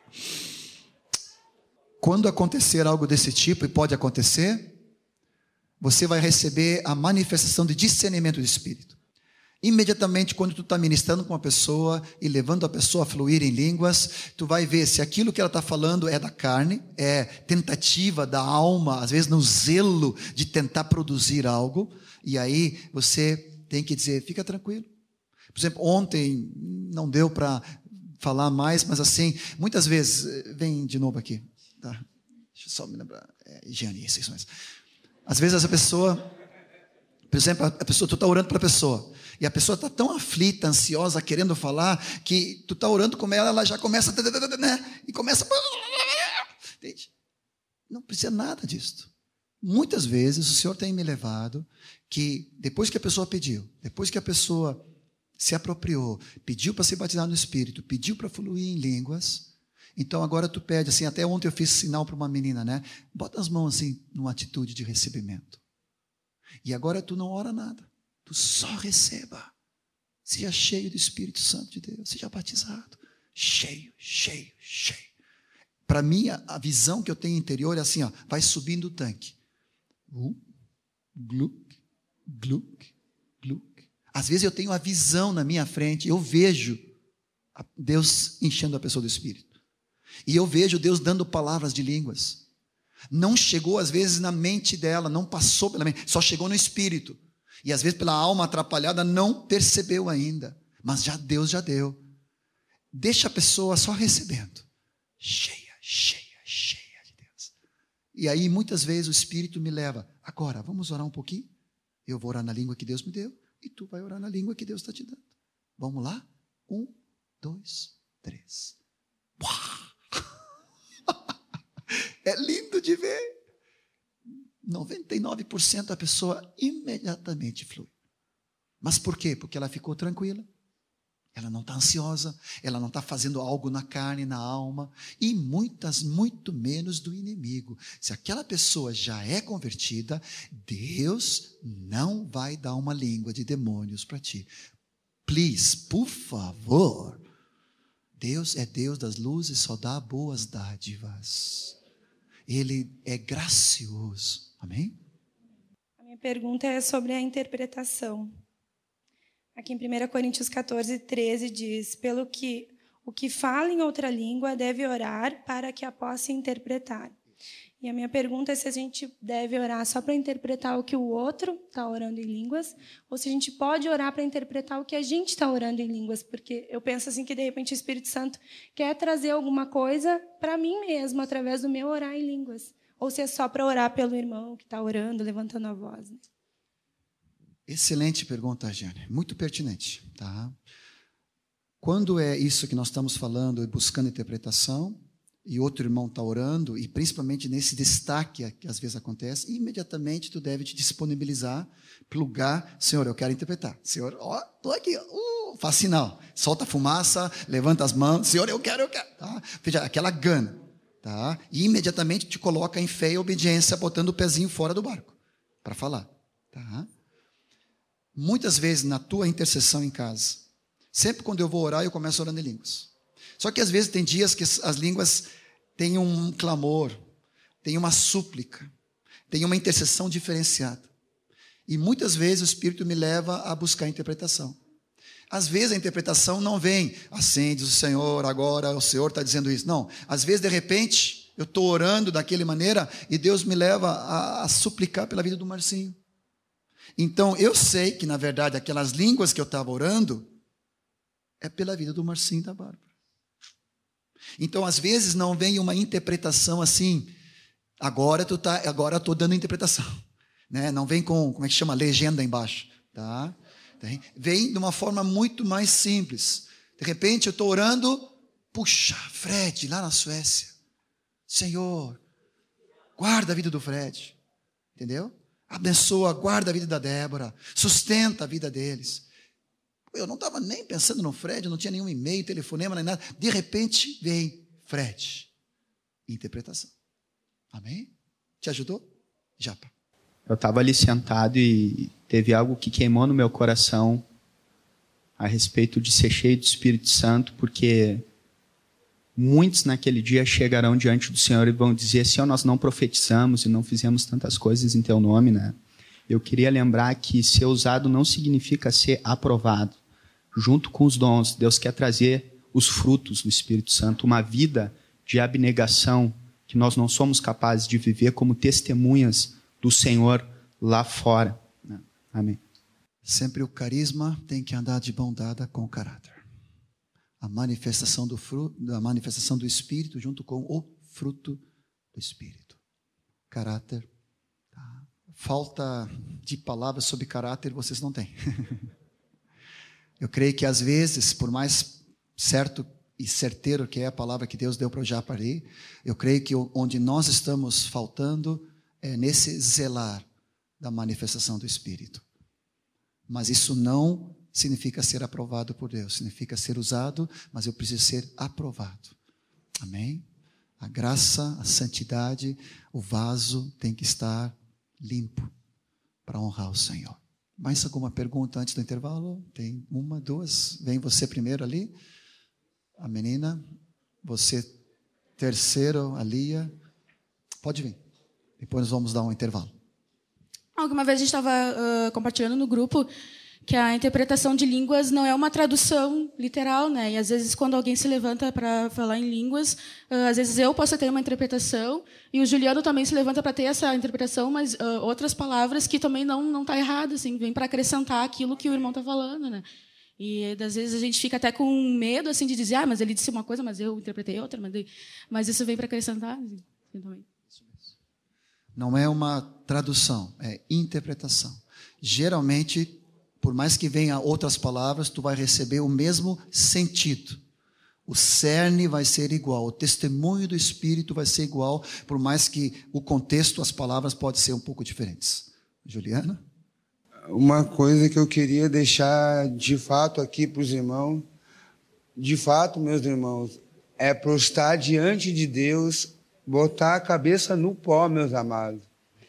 Quando acontecer algo desse tipo, e pode acontecer, você vai receber a manifestação de discernimento do Espírito. Imediatamente, quando tu está ministrando com uma pessoa e levando a pessoa a fluir em línguas, tu vai ver se aquilo que ela está falando é da carne, é tentativa da alma, às vezes no zelo de tentar produzir algo, e aí você tem que dizer, fica tranquilo. Por exemplo, ontem não deu para falar mais, mas assim, muitas vezes, vem de novo aqui, tá? Deixa eu só me lembrar, higiene, isso mesmo. Às vezes a pessoa, por exemplo, tu está orando para a pessoa, e a pessoa está tão aflita, ansiosa, querendo falar, que tu está orando com ela, ela já começa, e começa, entende? Não precisa nada disso. Muitas vezes o Senhor tem me levado, que depois que a pessoa pediu, depois que a pessoa se apropriou, pediu para se batizar no Espírito, pediu para fluir em línguas, então agora tu pede assim, até ontem eu fiz sinal para uma menina, bota as mãos assim, numa atitude de recebimento. E agora tu não ora nada, tu só receba. Seja cheio do Espírito Santo de Deus, seja batizado. Cheio, cheio, cheio. Para mim, a visão que eu tenho interior é assim, vai subindo o tanque. Gluk, gluk, gluk. Às vezes eu tenho a visão na minha frente, eu vejo Deus enchendo a pessoa do Espírito. E eu vejo Deus dando palavras de línguas. Não chegou às vezes na mente dela, não passou pela mente, só chegou no Espírito. E às vezes pela alma atrapalhada não percebeu ainda. Mas Deus já deu. Deixa a pessoa só recebendo. Cheia, cheia, cheia de Deus. E aí muitas vezes o Espírito me leva. Agora, vamos orar um pouquinho? Eu vou orar na língua que Deus me deu. E tu vai orar na língua que Deus está te dando. Vamos lá? 1, 2, 3. É lindo de ver. 99% a pessoa imediatamente flui. Mas por quê? Porque ela ficou tranquila. Ela não está ansiosa, ela não está fazendo algo na carne, na alma, e muito menos do inimigo. Se aquela pessoa já é convertida, Deus não vai dar uma língua de demônios para ti. Please, por favor. Deus é Deus das luzes, só dá boas dádivas. Ele é gracioso. Amém? A minha pergunta é sobre a interpretação. Aqui em 1 Coríntios 14, 13 diz: pelo que o que fala em outra língua deve orar para que a possa interpretar. E a minha pergunta é se a gente deve orar só para interpretar o que o outro está orando em línguas, ou se a gente pode orar para interpretar o que a gente está orando em línguas, porque eu penso assim que, de repente, o Espírito Santo quer trazer alguma coisa para mim mesmo, através do meu orar em línguas. Ou se é só para orar pelo irmão que está orando, levantando a voz. Né? Excelente pergunta, Jane. Muito pertinente. Tá? Quando é isso que nós estamos falando, buscando interpretação, e outro irmão está orando, e principalmente nesse destaque que às vezes acontece, imediatamente tu deve te disponibilizar, plugar, Senhor, eu quero interpretar. Senhor, estou aqui, faz sinal, solta a fumaça, levanta as mãos, Senhor, eu quero. Tá? Veja, aquela gana. Tá? E imediatamente te coloca em fé e obediência, botando o pezinho fora do barco, para falar. Tá? Muitas vezes na tua intercessão em casa, sempre quando eu vou orar, eu começo orando em línguas. Só que às vezes tem dias que as línguas têm um clamor, tem uma súplica, tem uma intercessão diferenciada. E muitas vezes o Espírito me leva a buscar a interpretação. Às vezes a interpretação não vem, assim diz o Senhor, agora o Senhor está dizendo isso. Não, às vezes de repente eu estou orando daquela maneira e Deus me leva a suplicar pela vida do Marcinho. Então eu sei que na verdade aquelas línguas que eu estava orando é pela vida do Marcinho e da Bárbara. Então às vezes não vem uma interpretação assim, agora eu estou dando interpretação. Né? Não vem com, como é que chama, legenda embaixo. Tá? Vem de uma forma muito mais simples. De repente eu estou orando, puxa, Fred, lá na Suécia. Senhor, guarda a vida do Fred. Entendeu? Abençoa, guarda a vida da Débora. Sustenta a vida deles. Eu não estava nem pensando no Fred, eu não tinha nenhum e-mail, telefonema, nem nada. De repente vem Fred. Interpretação. Amém? Te ajudou? Japa. Eu estava ali sentado e teve algo que queimou no meu coração a respeito de ser cheio do Espírito Santo, porque muitos naquele dia chegarão diante do Senhor e vão dizer: Senhor, nós não profetizamos e não fizemos tantas coisas em Teu nome, né? Eu queria lembrar que ser usado não significa ser aprovado. Junto com os dons, Deus quer trazer os frutos do Espírito Santo, uma vida de abnegação que nós não somos capazes de viver como testemunhas do Senhor lá fora. Amém. Sempre o carisma tem que andar de mão dada com o caráter. A manifestação do fruto, a manifestação do Espírito junto com o fruto do Espírito. Caráter. Tá? Falta de palavras sobre caráter vocês não têm. Eu creio que às vezes, por mais certo e certeiro que é a palavra que Deus deu para o Japari, eu creio que onde nós estamos faltando é nesse zelar da manifestação do Espírito. Mas isso não significa ser aprovado por Deus, significa ser usado, mas eu preciso ser aprovado. Amém? A graça, a santidade, o vaso tem que estar limpo para honrar o Senhor. Mais alguma pergunta antes do intervalo? Tem uma, duas. Vem você primeiro ali. A menina. Você terceiro, a Lia. Pode vir. Depois nós vamos dar um intervalo. Alguma vez a gente estava compartilhando no grupo que a interpretação de línguas não é uma tradução literal, né? E às vezes quando alguém se levanta para falar em línguas, às vezes eu posso ter uma interpretação e o Juliano também se levanta para ter essa interpretação, mas outras palavras que também não tá errado, assim, vem para acrescentar aquilo que o irmão está falando, né? E às vezes a gente fica até com medo assim de dizer, mas ele disse uma coisa, mas eu interpretei outra, mas isso vem para acrescentar, assim, também. Não é uma tradução, é interpretação. Geralmente, por mais que venha outras palavras, tu vai receber o mesmo sentido. O cerne vai ser igual, o testemunho do Espírito vai ser igual, por mais que o contexto, as palavras podem ser um pouco diferentes. Juliana? uma coisa que eu queria deixar de fato aqui para os irmãos. De fato, meus irmãos, é prostrar diante de Deus, botar a cabeça no pó, meus amados,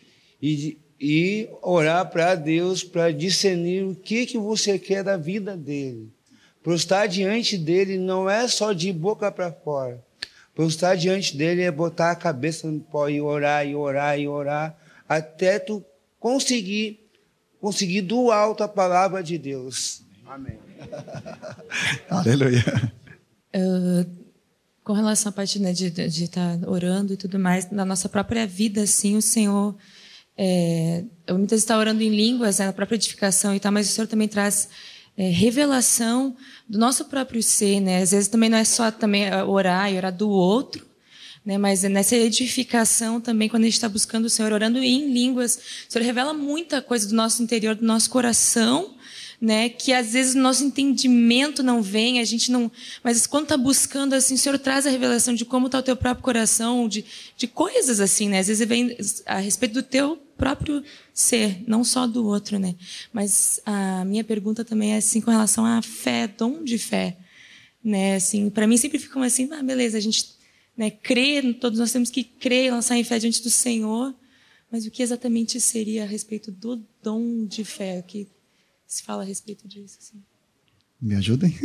e orar para Deus para discernir o que você quer da vida dele. Prostrar diante dele não é só de boca para fora. Prostrar diante dele é botar a cabeça no pó e orar, e orar, e orar, até tu conseguir do alto a palavra de Deus. Amém. Aleluia. Com relação à parte, né, de estar orando e tudo mais, na nossa própria vida, assim, o Senhor... eu muitas vezes estou orando em línguas, né, na própria edificação e tal, mas o Senhor também traz revelação do nosso próprio ser, né? Às vezes também não é só também orar e orar do outro, né? Mas nessa edificação também, quando a gente está buscando o Senhor, orando em línguas, o Senhor revela muita coisa do nosso interior, do nosso coração, né? Que às vezes o nosso entendimento não vem, a gente não... Mas quando está buscando, assim, o Senhor traz a revelação de como está o teu próprio coração, de coisas assim, né? Às vezes vem a respeito do teu próprio ser, não só do outro, né? Mas a minha pergunta também é assim com relação à fé, dom de fé, né? Assim, para mim sempre ficam assim, beleza, a gente, né, crê, todos nós temos que crer, lançar em fé diante do Senhor, mas o que exatamente seria a respeito do dom de fé? O que se fala a respeito disso? Assim? Me ajudem?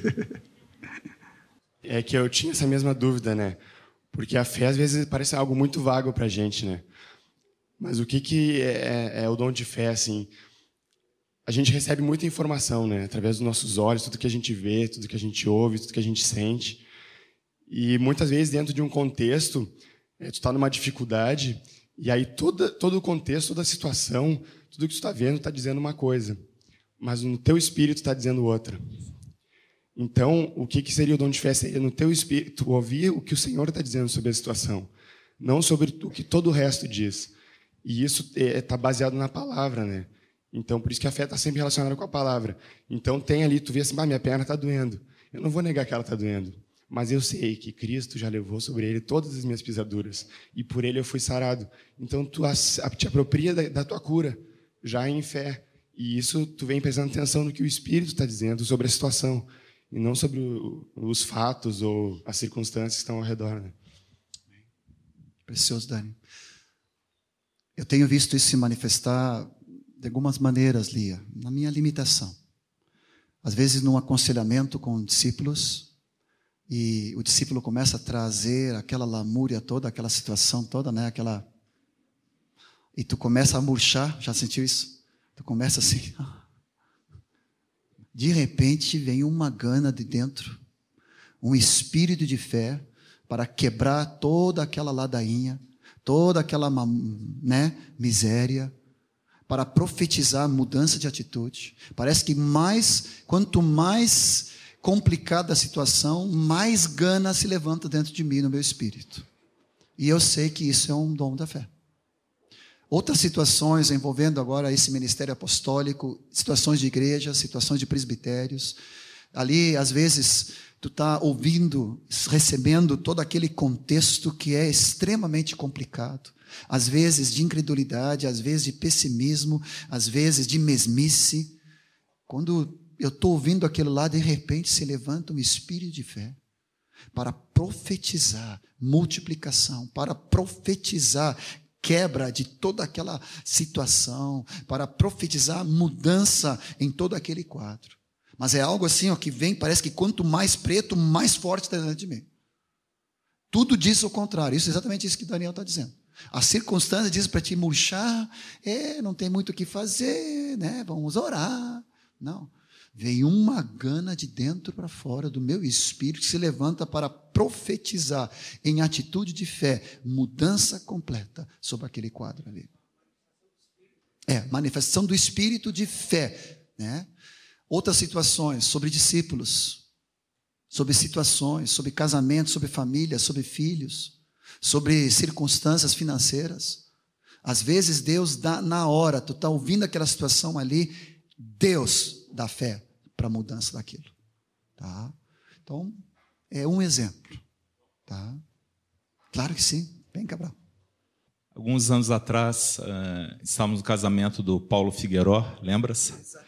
É que eu tinha essa mesma dúvida, né? Porque a fé às vezes parece algo muito vago para a gente, né? Mas o que é o dom de fé, assim? A gente recebe muita informação, né? Através dos nossos olhos, tudo que a gente vê, tudo que a gente ouve, tudo que a gente sente. E muitas vezes, dentro de um contexto, tu está numa dificuldade, e aí todo o contexto, toda a situação, tudo que tu está vendo está dizendo uma coisa, mas no teu espírito está dizendo outra. Então, o que seria o dom de fé? Seria no teu espírito ouvir o que o Senhor está dizendo sobre a situação, não sobre o que todo o resto diz. E isso está baseado na palavra, né? Então, por isso que a fé está sempre relacionada com a palavra. Então, tem ali, tu vê assim, minha perna está doendo. Eu não vou negar que ela está doendo, mas eu sei que Cristo já levou sobre ele todas as minhas pisaduras, e por ele eu fui sarado. Então, tu te apropria da tua cura, já em fé. E isso, tu vem prestando atenção no que o Espírito está dizendo sobre a situação, e não sobre os fatos ou as circunstâncias que estão ao redor, né? Precioso, Dani. Eu tenho visto isso se manifestar de algumas maneiras, Lia, na minha limitação. Às vezes, num aconselhamento com discípulos, e o discípulo começa a trazer aquela lamúria toda, aquela situação toda, né? E tu começa a murchar, já sentiu isso? Tu começa assim. De repente, vem uma gana de dentro, um espírito de fé para quebrar toda aquela ladainha, toda aquela, né, miséria, para profetizar mudança de atitude. Parece que quanto mais complicada a situação, mais gana se levanta dentro de mim, no meu espírito. E eu sei que isso é um dom da fé. Outras situações envolvendo agora esse ministério apostólico, situações de igreja, situações de presbitérios. Ali, às vezes, tu está ouvindo, recebendo todo aquele contexto que é extremamente complicado. Às vezes de incredulidade, às vezes de pessimismo, às vezes de mesmice. Quando eu estou ouvindo aquilo lá, de repente se levanta um espírito de fé para profetizar multiplicação, para profetizar quebra de toda aquela situação, para profetizar mudança em todo aquele quadro. Mas é algo assim, ó, que vem, parece que quanto mais preto, mais forte está dentro de mim. Tudo diz o contrário. Isso é exatamente isso que Daniel está dizendo. A circunstância diz para te murchar, não tem muito o que fazer, né? Vamos orar. Não. Vem uma gana de dentro para fora do meu espírito que se levanta para profetizar em atitude de fé, mudança completa sobre aquele quadro ali. Manifestação do espírito de fé, né? Outras situações, sobre discípulos, sobre situações, sobre casamento, sobre família, sobre filhos, sobre circunstâncias financeiras. Às vezes Deus dá na hora, tu está ouvindo aquela situação ali, Deus dá fé para a mudança daquilo. Tá? Então, é um exemplo. Tá? Claro que sim. Vem, Cabral. Alguns anos atrás, estávamos no casamento do Paulo Figueiró, lembra-se?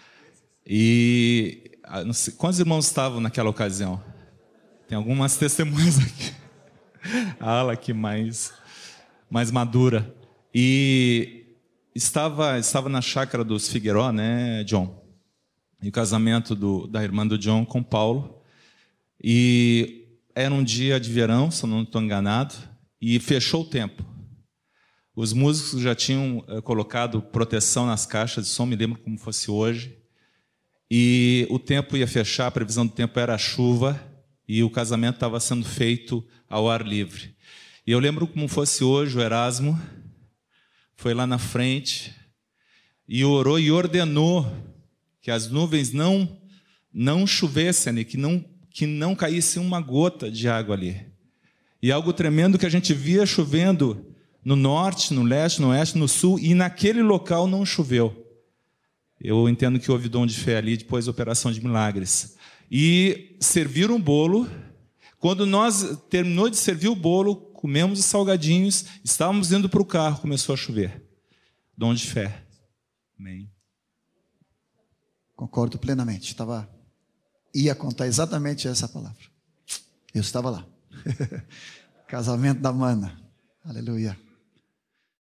E não sei, quantos irmãos estavam naquela ocasião? Tem algumas testemunhas aqui. A ala aqui mais madura. E estava na chácara dos Figueiró, né, John? E o casamento da irmã do John com Paulo. E era um dia de verão, se eu não estou enganado, e fechou o tempo. Os músicos já tinham colocado proteção nas caixas de som, me lembro como fosse hoje. E o tempo ia fechar, a previsão do tempo era a chuva, e o casamento estava sendo feito ao ar livre. E eu lembro como fosse hoje, o Erasmo foi lá na frente e orou e ordenou que as nuvens não chovessem, que não caísse uma gota de água ali. E algo tremendo que a gente via chovendo no norte, no leste, no oeste, no sul, e naquele local não choveu. Eu entendo que houve dom de fé ali, depois operação de milagres. E serviram um bolo. Quando nós terminou de servir o bolo, comemos os salgadinhos, estávamos indo para o carro, começou a chover. Dom de fé. Amém. Concordo plenamente. Ia contar exatamente essa palavra. Eu estava lá. Casamento da mana. Aleluia.